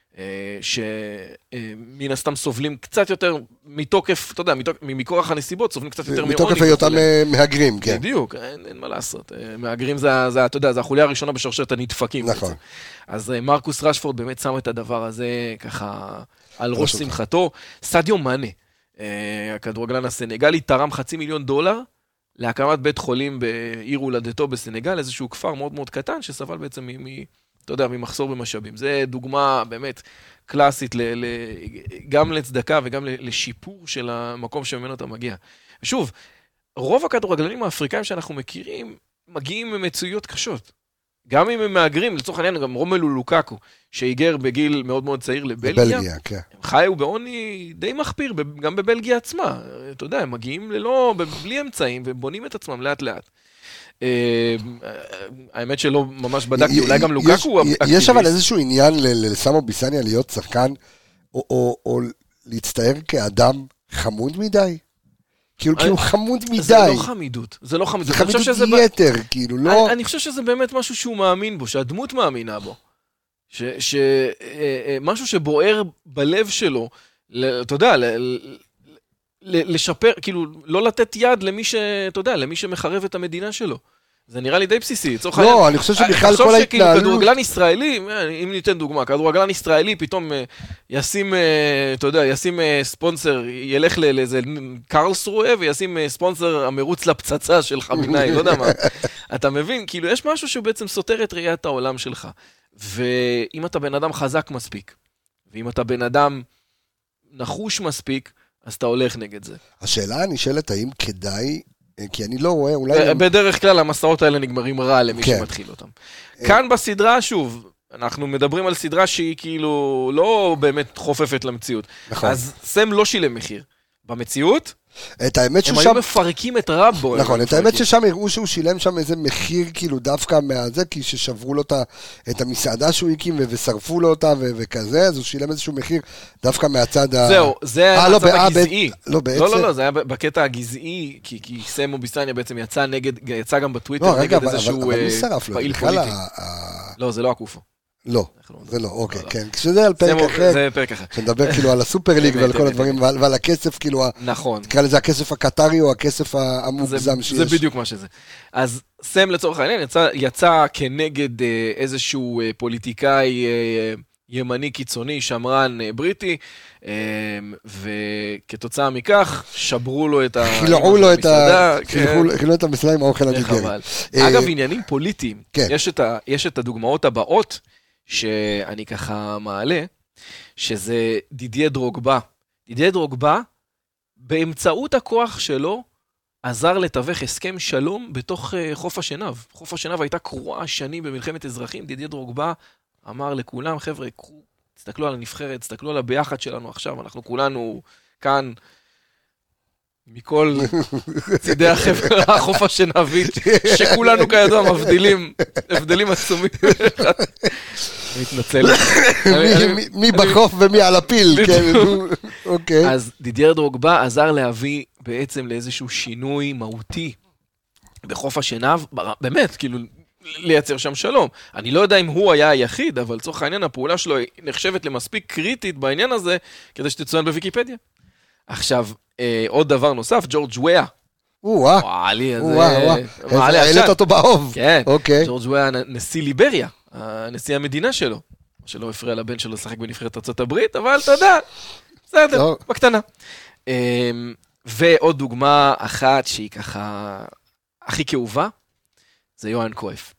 S2: שמן הסתם סובלים קצת יותר מתוקף, אתה יודע, מכורח הנסיבות, סובלים קצת יותר מעוני.
S1: מתוקף היותם מהגרים, כן.
S2: בדיוק, אין מה לעשות. מהגרים זה, אתה יודע, זה החוליה הראשונה בשרשרת הנדפקים.
S1: נכון.
S2: אז מרקוס רשפורד באמת שם את הדבר הזה ככה על ראש שמחתו. סדיו מאנה, הכדורגלן הסנגלי, תרם $500,000 להקמת בית חולים בעיר הולדתו בסנגל, איזשהו כפר מאוד מאוד קטן, שסבל בעצם אתה יודע, ממחסור במשאבים. זה דוגמה באמת קלאסית גם לצדקה וגם לשיפור של המקום שממנו אתה מגיע. ושוב, רוב הכדורגלנים האפריקאים שאנחנו מכירים, מגיעים ממצויות קשות. גם אם הם מהגרים, לצורך העניין, גם רומלו לוקאקו, שהיגר בגיל מאוד מאוד צעיר לבלגיה,
S1: כן.
S2: הם חיו בעוני די מחפיר, גם בבלגיה עצמה. אתה יודע, הם מגיעים בלי אמצעים, ובונים את עצמם לאט לאט. האמת שלא ממש בדקתי, אולי גם לוקאקו הוא אקטיביסט.
S1: יש אבל איזשהו עניין לסמו ביסניה להיות שחקן, או להצטער כאדם חמוד מדי? כאילו חמוד מדי.
S2: זה לא חמידות. זה
S1: חמידות יתר, כאילו, לא...
S2: אני חושב שזה באמת משהו שהוא מאמין בו, שהדמות מאמינה בו. משהו שבוער בלב שלו, אתה יודע, לשפר, כאילו, לא לתת יד למי אתה יודע, למי שמחרב את המדינה שלו. זה נראה לי די בסיסי.
S1: לא, אני חושב שבכלל כל ההתנהלות...
S2: כדורגלן ישראלי, אם ניתן דוגמה, כדורגלן ישראלי פתאום ישים, אתה יודע, ישים ספונסר, ילך לאיזה קרלסרואה, וישים ספונסר המרוץ לפצצה של חמינאי, לא יודע מה. אתה מבין? כאילו, יש משהו שבעצם סותר את ראיית העולם שלך. ואם אתה בן אדם חזק מספיק, ואם אתה בן אדם נחוש מספיק, אז אתה הולך נגד זה.
S1: השאלה נשאלת האם כדאי, כי אני לא רואה, אולי...
S2: בדרך כלל המסעות האלה נגמרים רע למי שמתחיל אותם. כאן בסדרה, שוב, אנחנו מדברים על סדרה שהיא כאילו לא באמת חופפת למציאות. אז סם לא שילם מחיר. במציאות, הם היו מפרקים את רבו.
S1: נכון, את האמת ששם הראו שהוא שילם שם איזה מחיר כאילו דווקא מהזה, כי ששברו לו את המסעדה שהוא הקים ושרפו לו אותה וכזה, אז הוא שילם איזשהו מחיר דווקא מהצד ה...
S2: זהו, זה היה הצד הגזעי.
S1: לא, בעצם...
S2: לא, זה היה בקטע הגזעי, כי סם אוביסטניה בעצם יצא גם בטוויטר נגד איזשהו פעיל פוליטי. לא, זה לא הקופו.
S1: לא, זה לא, אוקיי, כן. כשזה על פרק אחר,
S2: זה פרק אחר.
S1: שנדבר כאילו על הסופר ליג ועל כל הדברים, ועל הכסף, כאילו,
S2: נכון.
S1: תקרא לזה הכסף הקטרי או הכסף המוגזם שיש.
S2: זה בדיוק מה שזה. אז סם לצורך העניין יצא כנגד איזשהו פוליטיקאי ימני קיצוני, שמרן בריטי, וכתוצאה מכך שברו לו את
S1: חילעו לו את המסעדה עם האוכל הניגרי.
S2: אגב, עניינים פוליטיים, יש את הדוגמאות הבאות, שאני ככה מעלה, שזה דידיה דרוגבה. דידיה דרוגבה, באמצעות הכוח שלו, עזר לתווך הסכם שלום בתוך חוף השנהב. חוף השנהב הייתה קרועה שנים במלחמת אזרחים, דידיה דרוגבה אמר לכולם, חבר'ה, תסתכלו על הנבחרת, תסתכלו על הביחד שלנו עכשיו, אנחנו כולנו כאן, מכל צידי החוף השנהבית, שכולנו כידוע מבדילים עצומים. מתנצל.
S1: מי בחוף ומי על הפיל.
S2: אז דידיה דרוגבה עזר להביא בעצם לאיזשהו שינוי מהותי בחוף השנהב, באמת, כאילו, לייצר שם שלום. אני לא יודע אם הוא היה היחיד, אבל לצורך העניין הפעולה שלו נחשבת למספיק קריטית בעניין הזה, כדי שתצוין בוויקיפדיה. עכשיו, עוד דבר נוסף, ג'ורג' וויה.
S1: העלית אותו באהוב.
S2: כן, ג'ורג' וויה נשיא ליבריה, נשיא המדינה שלו, שלא הפריע לבן שלו לשחק בנבחרת ארצות הברית, אבל אתה יודע, בסדר, בקטנה. ועוד דוגמה אחת שהיא ככה הכי כאובה, זה יוהאן קרויף.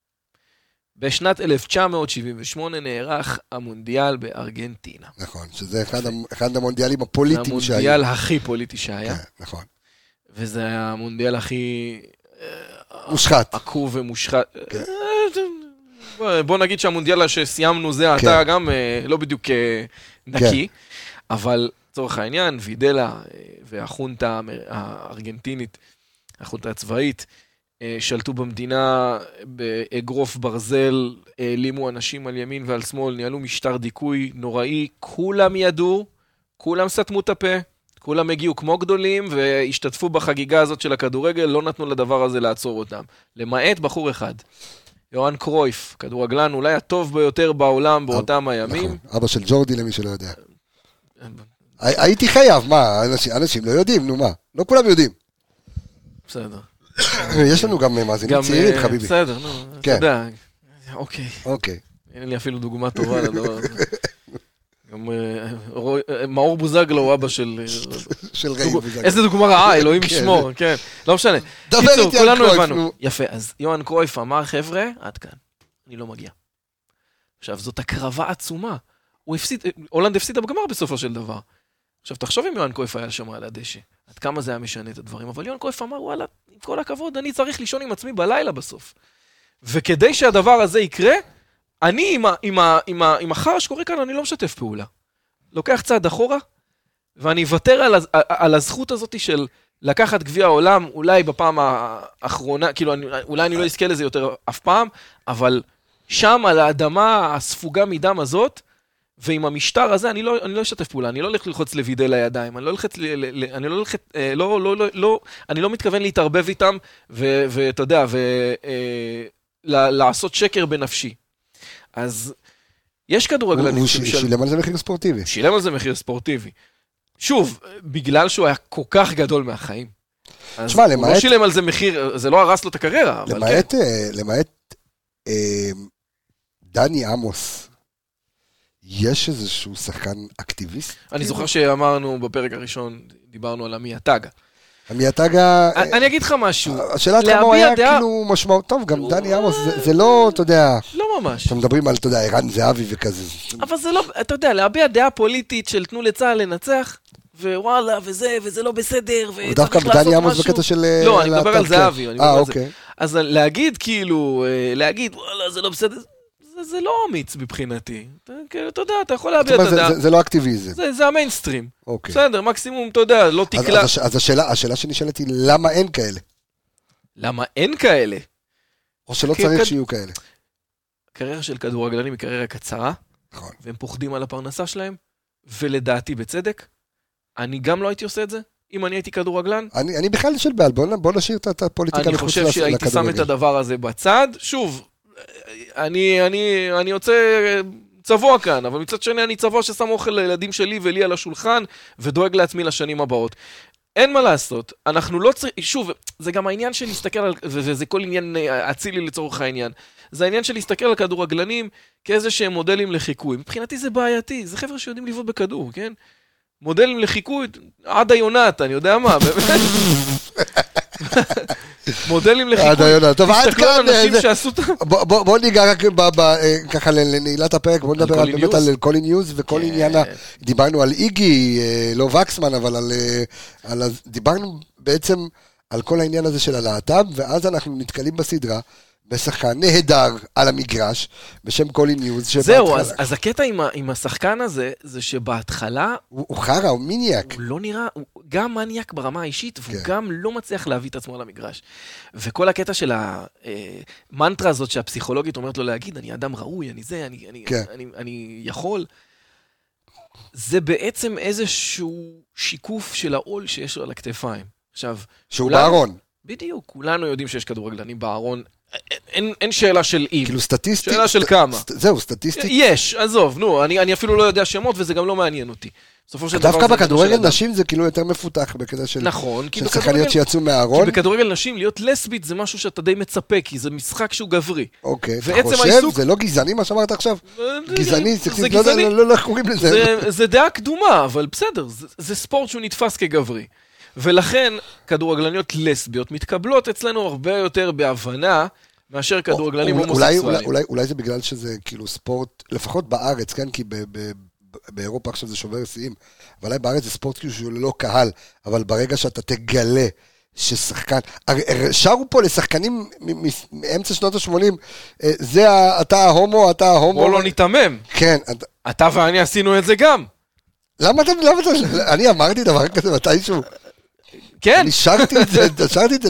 S2: בשנת 1978 נערך המונדיאל בארגנטינה.
S1: נכון, שזה אחד המונדיאלים הפוליטיים
S2: שהיו. המונדיאל הכי פוליטי שהיה.
S1: כן, נכון.
S2: וזה המונדיאל הכי...
S1: מושחת.
S2: עקוב ומושחת. כן. בוא נגיד שהמונדיאל שסיימנו זה אתה גם לא בדיוק נקי, אבל צורך העניין, וידלה והחונטה הארגנטינית, החונטה הצבאית, שלטו במדינה באגרוף ברזל, העלימו אנשים על ימין ועל שמאל, ניהלו משטר דיכוי נוראי, כולם ידעו, כולם סתמו את הפה, כולם הגיעו כמו גדולים והשתתפו בחגיגה הזאת של הכדורגל, לא נתנו לדבר הזה לעצור אותם, למעט בחור אחד. יוהאן קרויף, כדורגלן אולי הטוב ביותר בעולם באותם הימים.
S1: נכון, אבא של ג'ורדי למי שלא יודע. הייתי חייב, מה? אנשים לא יודעים, נו מה? לא כולם יודעים.
S2: בסדר.
S1: יש לנו גם מאזינים צעירים, חביבי.
S2: בסדר, נו, אתה יודע.
S1: אוקיי.
S2: אין לי אפילו דוגמה טובה לדבר הזה. גם מאור בוזגלו הוא אבא של
S1: ראי בוזגלו.
S2: איזה דוגמה רעה, אלוהים ישמור, כן. לא משנה. קיצור, כולנו הבנו. יפה, אז יוהאן קרויף אמר, חבר'ה, עד כאן. אני לא מגיע. עכשיו, זאת הקרבה עצומה. הולנד הפסידה בגמר בסופו של דבר. עכשיו, תחשוב אם יוהאן קרויף היה שם על הדשא. עד כמה זה היה משנה את הדברים. אבל יוהאן קרויף אמר, וואלה, עם כל הכבוד, אני צריך לישון עם עצמי בלילה בסוף. וכדי שהדבר הזה יקרה, אני עם החרא שקורה כאן, אני לא משתף פעולה. לוקח צעד אחורה, ואני אוותר על הזכות הזאת של לקחת גביע העולם, אולי בפעם האחרונה, כאילו, אולי אני לא אזכה לזה יותר אף פעם, אבל שם על האדמה הספוגה מדם הזאת, ועם המשטר הזה אני לא אשתף פעולה, אני לא הולך ללחוץ לוידל לידיים, אני לא מתכוון להתערבב איתם, ואתה יודע, לעשות שקר בנפשי. אז יש כדורגלנים...
S1: הוא שילם על זה מחיר ספורטיבי.
S2: שילם על זה מחיר ספורטיבי. שוב, בגלל שהוא היה כל כך גדול מהחיים. אז הוא לא שילם על זה מחיר, זה לא הרס לו את הקריירה, אבל כן.
S1: למעט דני עמוס, יש איזשהו שחקן אקטיביסט?
S2: אני זוכר שאמרנו בפרק הראשון, דיברנו על המיאטגה.
S1: המיאטגה...
S2: אני אגיד לך משהו.
S1: השאלה כמה הוא היה כאילו משמעות טוב, גם דני עמוס, זה לא, אתה יודע...
S2: לא לא ממש.
S1: אתם מדברים על, אתה יודע, ערן זהבי וכזה.
S2: אבל זה לא, אתה יודע, להביע דעה פוליטית של תנו לצה"ל לנצח, ווואלה, וזה לא בסדר,
S1: ודווקא דני עמוס בקטע של...
S2: לא, אני מדבר על זהבי.
S1: אוקיי.
S2: אז להגיד כאילו, וואלה, זה לא בסדר, זה לא אמיץ מבחינתי. אתה יודע, אתה יכול להביע את הדעה.
S1: זה לא אקטיביזם.
S2: זה המיינסטרים. בסדר, מקסימום, אתה יודע, לא תקלה.
S1: אז השאלה שנשאלת היא, למה אין כאלה?
S2: למה אין כאלה?
S1: או שלא צריך שיהיו כאלה?
S2: קריירה של כדורגלנים היא קריירה קצרה, והם פוחדים על הפרנסה שלהם, ולדעתי בצדק, אני גם לא הייתי עושה את זה, אם אני הייתי כדורגלן.
S1: אני בכלל נשאל בעל, בוא נשאיר את הפוליטיקה
S2: אני חושב שהייתי שם את הדבר הזה בצד. שוב, אני יוצא צבוע כאן, אבל מצד שני אני צבוע ששם אוכל לילדים שלי ולי על השולחן, ודואג לעצמי לשנים הבאות. אין מה לעשות, אנחנו לא צריכים, שוב, זה גם העניין של להסתכל על, וזה כל עניין אצילי לצורך העניין, זה העניין של להסתכל על כדורגלנים כאיזה שהם מודלים לחיקוי. מבחינתי זה בעייתי, זה חבר'ה שיודעים לבעוט בכדור, כן? מודלים לחיקוי, עד היונת, אני יודע מה, באמת. מודלים לחיקוי.
S1: עד היונת, טוב, עד כאן. בוא ניגע רק ככה לנעילת הפרק, בוא נדבר באמת על כל ניוז וכל עניין, דיברנו על איגי, לא וקסמן, אבל דיברנו בעצם על כל העניין הזה של הלהט"ב, ואז אנחנו נתקלים בסדרה, בשחקן נהדר על המגרש, בשם קולין ניוז.
S2: זהו, אז הקטע עם השחקן הזה, זה שבהתחלה...
S1: הוא חרה, הוא מיניאק.
S2: הוא לא נראה, הוא גם מניאק ברמה האישית, והוא גם לא מצליח להביא את עצמו על המגרש. וכל הקטע של המנטרה הזאת שהפסיכולוגית אומרת לו להגיד, אני אדם ראוי, אני זה, אני יכול. זה בעצם איזשהו שיקוף של העול שיש לו על הכתפיים. עכשיו...
S1: שהוא בארון.
S2: בדיוק, כולנו יודעים שיש כדורגלנים בארון, אין שאלה של אם.
S1: כאילו סטטיסטית.
S2: שאלה של כמה.
S1: זהו, סטטיסטית.
S2: יש, עזוב, נו, אני אפילו לא יודע שמות, וזה גם לא מעניין אותי.
S1: דווקא בכדורגל נשים זה כאילו יותר מפותח, בקטע של שחקניות שיצאו מהארון.
S2: כי בכדורגל נשים להיות לסבית זה משהו שאתה די מצפה, כי זה משחק שהוא גברי.
S1: אוקיי, אתה חושב? זה לא גזעני מה שאמרת עכשיו? גזעני, לא איך קוראים לזה.
S2: זה דעה קדומה, אבל בסדר, זה ספורט שהוא נתפס כגברי. ולכן כדורגלניות לסביות מתקבלות אצלנו הרבה יותר בהבנה מאשר כדורגלנים הומוסקסואליים.
S1: אולי זה בגלל שזה כאילו ספורט, לפחות בארץ, כן? כי באירופה עכשיו זה שובר שיאים, אבל אולי בארץ זה ספורט כאילו שהוא ללא קהל, אבל ברגע שאתה תגלה ששחקן, שרו פה לשחקנים מאמצע שנות ה-80, זה אתה ההומו, אתה ההומו.
S2: בוא לא נתאמם.
S1: כן.
S2: אתה ואני עשינו את זה גם.
S1: למה אתה, אני אמרתי דבר כזה מתישהו.
S2: כן.
S1: אני שרתי את זה,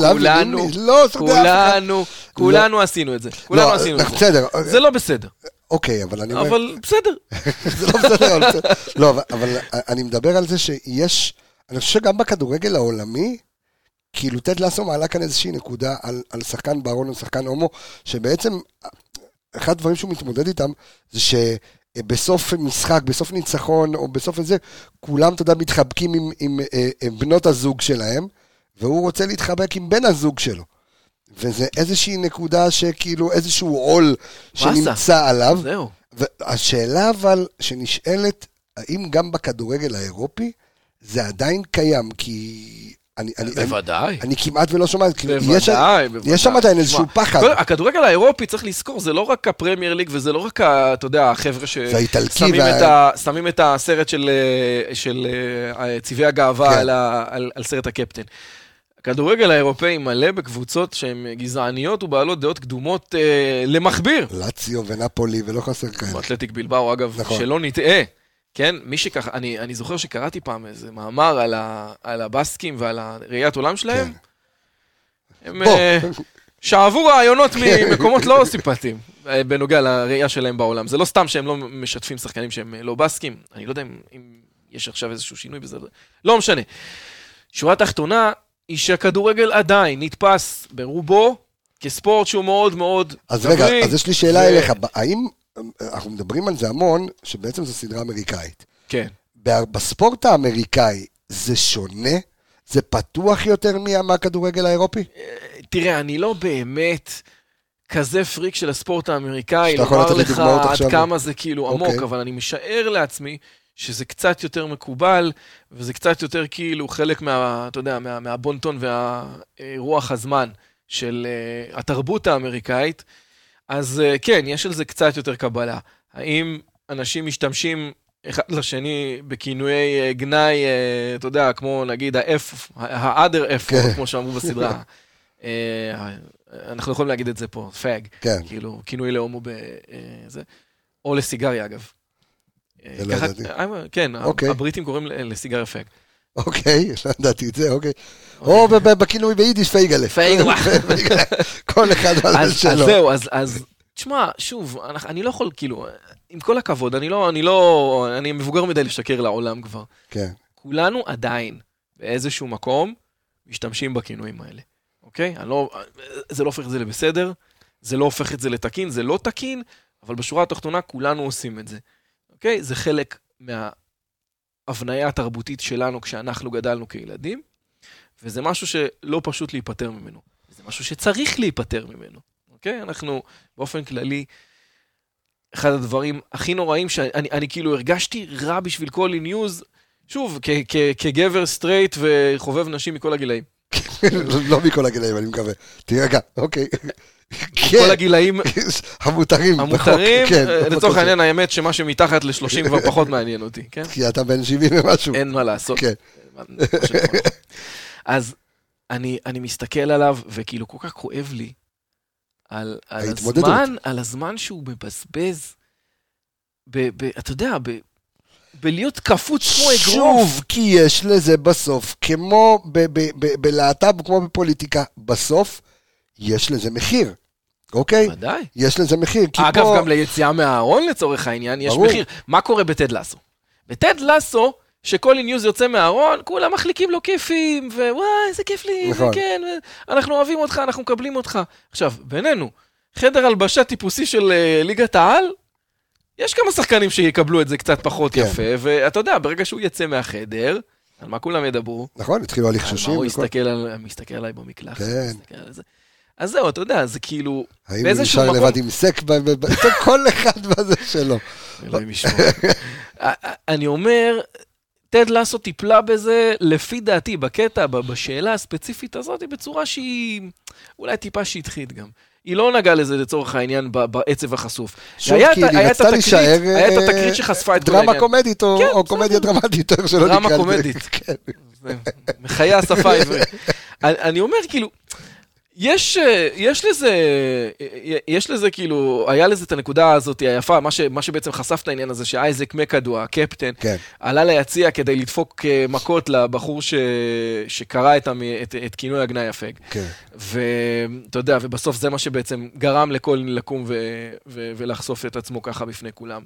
S2: כולנו עשינו את זה. זה לא בסדר.
S1: אוקיי, אבל אני אומר...
S2: אבל בסדר.
S1: זה לא בסדר. לא, אבל אני מדבר על זה שיש, אני חושב שגם בכדורגל העולמי, כאילו טד לסו מעלה כאן איזושהי נקודה על שחקן בארון או שחקן הומו, שבעצם אחד הדברים שהוא מתמודד איתם, זה בסוף משחק, בסוף ניצחון, או בסוף איזה, כולם, אתה יודע, מתחבקים עם בנות הזוג שלהם, והוא רוצה להתחבק עם בן הזוג שלו. וזה איזושהי נקודה שכאילו, איזשהו עול שנמצא עליו.
S2: זהו.
S1: והשאלה אבל שנשאלת, האם גם בכדורגל האירופי, זה עדיין קיים, כי...
S2: בוודאי.
S1: אני כמעט ולא שומע,
S2: בוודאי.
S1: יש שם עדיין איזשהו פחד.
S2: הכדורגל האירופי צריך לזכור, זה לא רק הפרמייר ליג, וזה לא רק, אתה יודע, החבר'ה ששמים את הסרט של צבעי הגאווה על סרט הקפטן. הכדורגל האירופאי מלא בקבוצות שהן גזעניות ובעלות דעות קדומות למכביר.
S1: לאציו ונפולי ולא חסר כאלה.
S2: אתלטיק בלבאו, אגב, שלא נטעה. כן, מי שככה, אני זוכר שקראתי פעם איזה מאמר על הבסקים ועל ראיית עולם שלהם. הם שאהבו רעיונות ממקומות לא סימפטיים, בנוגע לראייה שלהם בעולם. זה לא סתם שהם לא משתפים שחקנים שהם לא בסקים. אני לא יודע אם יש עכשיו איזשהו שינוי בזה. לא משנה. שורה תחתונה היא שהכדורגל עדיין נתפס ברובו כספורט שהוא מאוד מאוד גברי.
S1: אז רגע, אז יש לי שאלה אליך. האם... אנחנו מדברים על זה המון, שבעצם זו סדרה אמריקאית.
S2: כן.
S1: בספורט האמריקאי זה שונה? זה פתוח יותר מהכדורגל האירופי?
S2: תראה, אני לא באמת כזה פריק של הספורט האמריקאי, לומר לך עד כמה זה כאילו עמוק, אבל אני משער לעצמי שזה קצת יותר מקובל, וזה קצת יותר כאילו חלק אתה יודע, מהבונטון והרוח הזמן של התרבות האמריקאית. אז כן, יש על זה קצת יותר קבלה. האם אנשים משתמשים אחד לשני בכינויי גנאי, אתה יודע, כמו נגיד ה-other F, כמו שאמרו בסדרה. אנחנו יכולים להגיד את זה פה, פאג. כאילו, כינוי להומו בזה. או לסיגריה, אגב.
S1: זה לא ידעתי.
S2: כן, הבריטים קוראים לסיגריה פאג.
S1: אוקיי, לא ידעתי את זה, אוקיי. או בכינוי ביידיש פייגלה.
S2: פייגלה.
S1: כל אחד על זה שלו.
S2: אז זהו, אז תשמע, שוב, אני לא יכול, כאילו, עם כל הכבוד, אני מבוגר מדי לשקר לעולם כבר.
S1: כן.
S2: כולנו עדיין, באיזשהו מקום, משתמשים בכינויים האלה. אוקיי? זה לא הופך את זה לבסדר, זה לא הופך את זה לתקין, זה לא תקין, אבל בשורה התחתונה כולנו עושים את זה. אוקיי? זה חלק מההבניה התרבותית שלנו כשאנחנו גדלנו כילדים, וזה משהו שלא פשוט להיפטר ממנו. זה משהו שצריך להיפטר ממנו. אוקיי? אנחנו באופן כללי, אחד הדברים הכי נוראים שאני כאילו הרגשתי רע בשביל כל ניוז, שוב, כגבר סטרייט וחובב נשים מכל הגילאים.
S1: לא מכל הגילאים, אני מקווה. תירגע, אוקיי.
S2: כל הגילאים
S1: המותרים.
S2: המותרים, לצורך העניין האמת שמה שמתחת ל-30 כבר פחות מעניין אותי, כן?
S1: כי אתה בן 70 ומשהו.
S2: אין מה לעשות. כן. אז אני מסתכל עליו, וכאילו כל כך כואב לי, על הזמן שהוא מבזבז, אתה יודע, בלהיות קפוץ כמו אגרוף.
S1: שוב, כי יש לזה בסוף, כמו בלהט"ב, כמו בפוליטיקה, בסוף יש לזה מחיר, אוקיי?
S2: ודאי.
S1: יש לזה מחיר.
S2: אגב, גם ליציאה מהארון לצורך העניין, יש מחיר. מה קורה בטד לסו? בטד לסו, שכל ניוז יוצא מהארון, כולם מחליקים לו כיפים, ווואי, איזה כיף לי, וכן, אנחנו אוהבים אותך, אנחנו מקבלים אותך. עכשיו, בינינו, חדר הלבשה טיפוסי של ליגת העל, יש כמה שחקנים שיקבלו את זה קצת פחות יפה, ואתה יודע, ברגע שהוא יצא מהחדר, על מה כולם ידברו?
S1: נכון, התחילו הליך שושים.
S2: הוא מסתכל עליי במקלח.
S1: כן.
S2: אז זהו, אתה יודע, זה כאילו...
S1: האם הוא נשאר לבד עם סק, כל אחד בזה שלו.
S2: אני אומר, טד לסו טיפלה בזה, לפי דעתי, בקטע, בשאלה הספציפית הזאת, בצורה שהיא אולי טיפה שטחית גם. היא לא נגעה לזה לצורך העניין בעצב החשוף.
S1: שוב, כי היא רצתה להישאר
S2: היה את התקרית שחשפה את כל העניין.
S1: דרמה קומדית או קומדיה דרמטית.
S2: דרמה קומדית. מחיי השפה העברית. אני אומר כאילו, יש לזה כאילו, היה לזה את הנקודה הזאת היפה, מה שבעצם חשף את העניין הזה, שאייזק מקדו, הקפטן, עלה ליציע כדי לדפוק מכות לבחור שקרא את כינוי הגנאי הפג. ואתה יודע, ובסוף זה מה שבעצם גרם לכל לקום ולחשוף את עצמו ככה בפני כולם.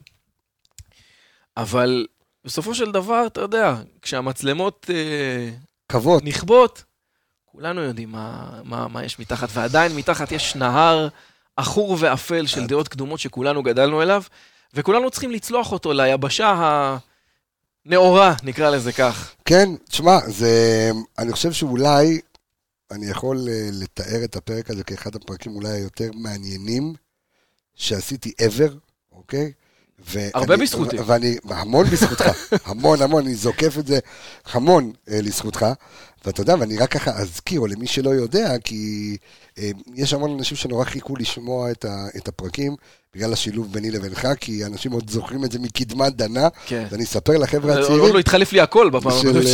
S2: אבל בסופו של דבר, אתה יודע, כשהמצלמות נכבות, כולנו יודעים מה יש מתחת, ועדיין מתחת יש נהר אחור ואפל של דעות קדומות שכולנו גדלנו אליו, וכולנו צריכים לצלוח אותו ליבשה הנאורה, נקרא לזה כך.
S1: כן, תשמע, אני חושב שאולי אני יכול לתאר את הפרק הזה כאחד הפרקים אולי היותר מעניינים שעשיתי ever, אוקיי?
S2: הרבה בזכותי.
S1: ואני, המון בזכותך, המון, אני זוקף את זה, המון לזכותך, ואתה יודע, ואני רק ככה אזכיר, או למי שלא יודע, כי יש המון אנשים שנורא חיכו לשמוע את הפרקים, בגלל השילוב ביני לבינך, כי אנשים עוד זוכרים את זה מקדמת דנה, ואני אספר לחבר'ה הצעירים.
S2: עוד לא התחלף לי הכל בפעם.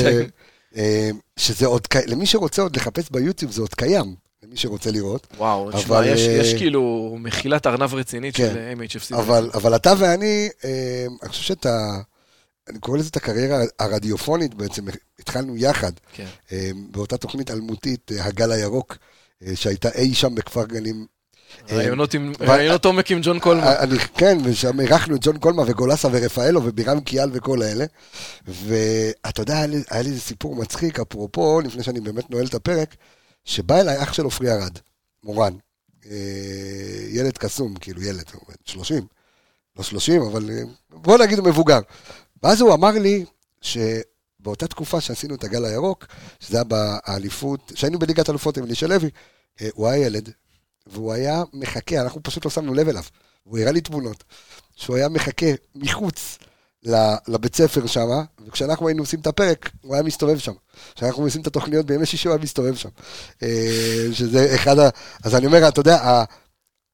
S1: שזה עוד, למי שרוצה עוד לחפש ביוטיוב, זה עוד קיים. למי שרוצה לראות.
S2: וואו, תשמע, יש כאילו מחילת ארנב רצינית של MHFC.
S1: אבל אתה ואני, אני חושב אני קורא לזה את הקריירה הרדיופונית בעצם, התחלנו יחד, באותה תוכנית אלמותית, הגל הירוק, שהייתה אי שם בכפר גלים.
S2: רעיונות עומק עם ג'ון קולמה.
S1: כן, ושם ערכנו את ג'ון קולמה וגולסה ורפאלו ובירם קיאל וכל האלה, ואתה יודע, היה לי איזה סיפור מצחיק, אפרופו, לפני שאני באמת נועל את הפרק, שבא אליי אח של אופרי ארד, מורן, ילד קסום, כאילו ילד, 30, לא 30, אבל בוא נגיד הוא מבוגר. ואז הוא אמר לי שבאותה תקופה שעשינו את הגל הירוק, שזה היה באליפות, שהיינו בליגת אלופות עם אלישע לוי, הוא היה ילד, והוא היה מחכה, אנחנו פשוט לא שמנו לב אליו, הוא הראה לי תמונות, שהוא היה מחכה מחוץ לבית ספר שם, וכשאנחנו היינו עושים את הפרק, הוא היה מסתובב שם. כשאנחנו עושים את התוכניות בימי שישי, הוא היה מסתובב שם. שזה אחד אז אני אומר, אתה יודע,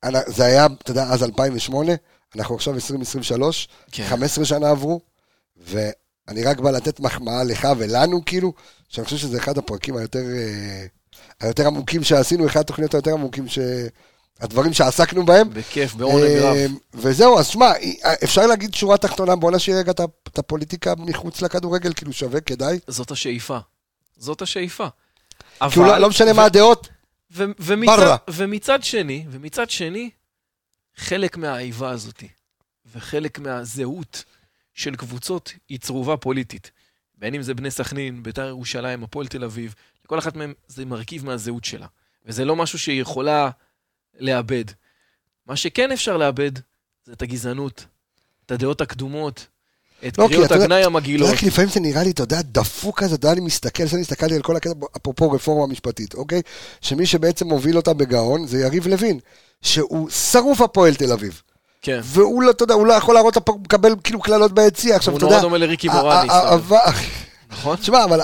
S1: זה היה, אתה יודע, אז 2008, אנחנו עכשיו 2023, 15 שנה עברו, ואני רק בא לתת מחמאה לך ולנו, כאילו, שאני חושב שזה אחד הפרקים היותר עמוקים שעשינו, אחד התוכניות היותר עמוקים הדברים שעסקנו בהם.
S2: בכיף, בעונג רב.
S1: וזהו, אז שמע, אפשר להגיד שורה תחתונה, בוא נשאיר רגע את הפוליטיקה מחוץ לכדורגל, כאילו שווה, כדאי.
S2: זאת השאיפה. זאת השאיפה.
S1: כאילו לא משנה מה הדעות, בררה.
S2: ומצד שני, חלק מהאהיבה הזאת, וחלק מהזהות של קבוצות היא צרובה פוליטית. בין אם זה בני סכנין, בית"ר ירושלים, הפועל תל אביב, לכל אחת מהם זה מרכיב מהזהות שלה. וזה לא משהו שהיא יכולה לאבד. מה שכן אפשר לאבד, זה את הגזענות, את הדעות הקדומות, את קריאות הגנאי המגעילות.
S1: רק לפעמים זה נראה לי, אתה יודע, דפוק כזה, אתה יודע, אני מסתכלתי על כל הקטע, אפרופו רפורמה משפטית, אוקיי? שמי שבעצם מוביל אותה בגאון, זה יריב לוין, שהוא שרוף הפועל תל אביב.
S2: כן.
S1: והוא לא, אתה יודע, הוא לא יכול להראות, מקבל כאילו כללות ביציע. עכשיו, אתה יודע,
S2: הוא נורא דומה לריקי מורניס.
S1: נכון? תשמע, אבל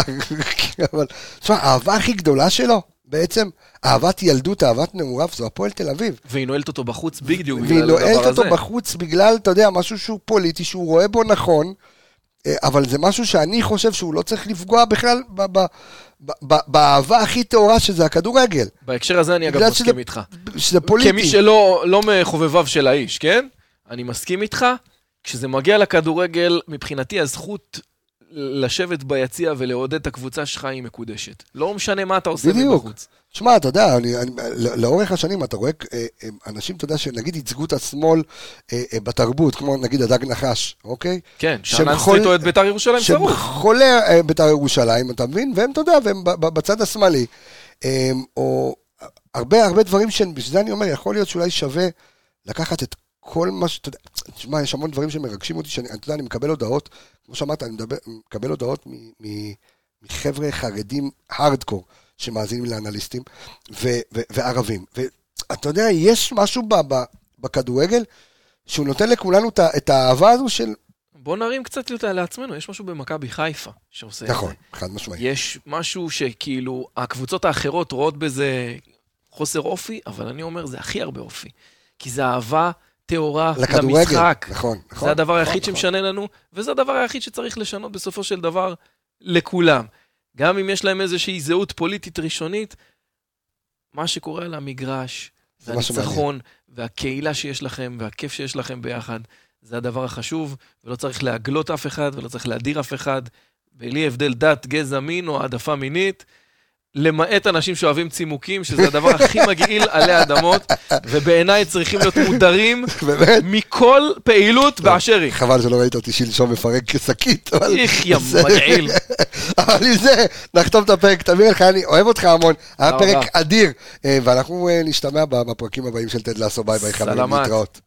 S1: האהבה הכי גדולה שלו, בעצם, אהבת ילדות, אהבת נעוריו, זו הפועל תל אביב.
S2: והיא נועלת אותו בחוץ בדיוק
S1: בגלל הדבר הזה. והיא נועלת אותו בחוץ בגלל, אתה יודע, משהו שהוא פוליטי, שהוא רואה בו נכון, אבל זה משהו שאני חושב שהוא לא צריך לפגוע בכלל באהבה הכי טהורה שזה הכדורגל.
S2: בהקשר הזה אני אגב מסכים איתך.
S1: שזה פוליטי.
S2: כמי שלא מחובביו של האיש, כן? אני מסכים איתך, כשזה מגיע לכדורגל, מבחינתי הזכות לשבת ביציע ולעודד את הקבוצה שלך היא מקודשת. לא משנה מה אתה עושה מבחוץ.
S1: תשמע, אתה יודע, לאורך השנים אתה רואה אנשים, אתה יודע, שנגיד ייצגו את השמאל בתרבות, כמו נגיד הדג נחש, אוקיי?
S2: כן, שאנן סטריט או את בית"ר ירושלים שרוף.
S1: שחולה בית"ר ירושלים, אתה מבין? והם, אתה יודע, והם בצד השמאלי. או הרבה דברים שבשביל זה אני אומר, יכול להיות שאולי שווה לקחת את כל מה שאתה יודע, תשמע, יש המון דברים שמרגשים אותי, שאני, אתה יודע, אני מקבל הודעות, כמו שאמרת, אני מקבל הודעות מחבר'ה חרדים הארדקור, שמאזינים לאנליסטים, וערבים. ואתה יודע, יש משהו בכדורגל, שהוא נותן לכולנו את האהבה הזו של...
S2: בוא נרים קצת לעצמנו, יש משהו במכבי חיפה שעושה
S1: נכון,
S2: את זה.
S1: חד משמעי.
S2: יש משהו שכאילו, הקבוצות האחרות רואות בזה חוסר אופי, אבל אני אומר, זה הכי הרבה אופי. כי זה אהבה תאורה למשחק.
S1: נכון.
S2: זה הדבר היחיד שמשנה לנו, וזה הדבר היחיד שצריך לשנות בסופו של דבר לכולם. גם אם יש להם איזושהי זהות פוליטית ראשונית, מה שקורה על המגרש, והניצחון, והקהילה שיש לכם, והכיף שיש לכם ביחד, זה הדבר החשוב, ולא צריך להגלות אף אחד, ולא צריך להדיר אף אחד, בלי הבדל דת, גזע, מין או העדפה מינית, למעט אנשים שאוהבים צימוקים, שזה הדבר הכי מגעיל עלי אדמות, ובעיניי צריכים להיות מודרים מכל פעילות באשר היא.
S1: חבל שלא ראית אותי שלשום מפרק כסקית.
S2: איך יא מגעיל.
S1: אבל עם זה, נחתום את הפרק, תמיר לך, אני אוהב אותך המון, היה פרק אדיר, ואנחנו נשתמע בפרקים הבאים של תד לאסו, ביי ביי חברים, להתראות.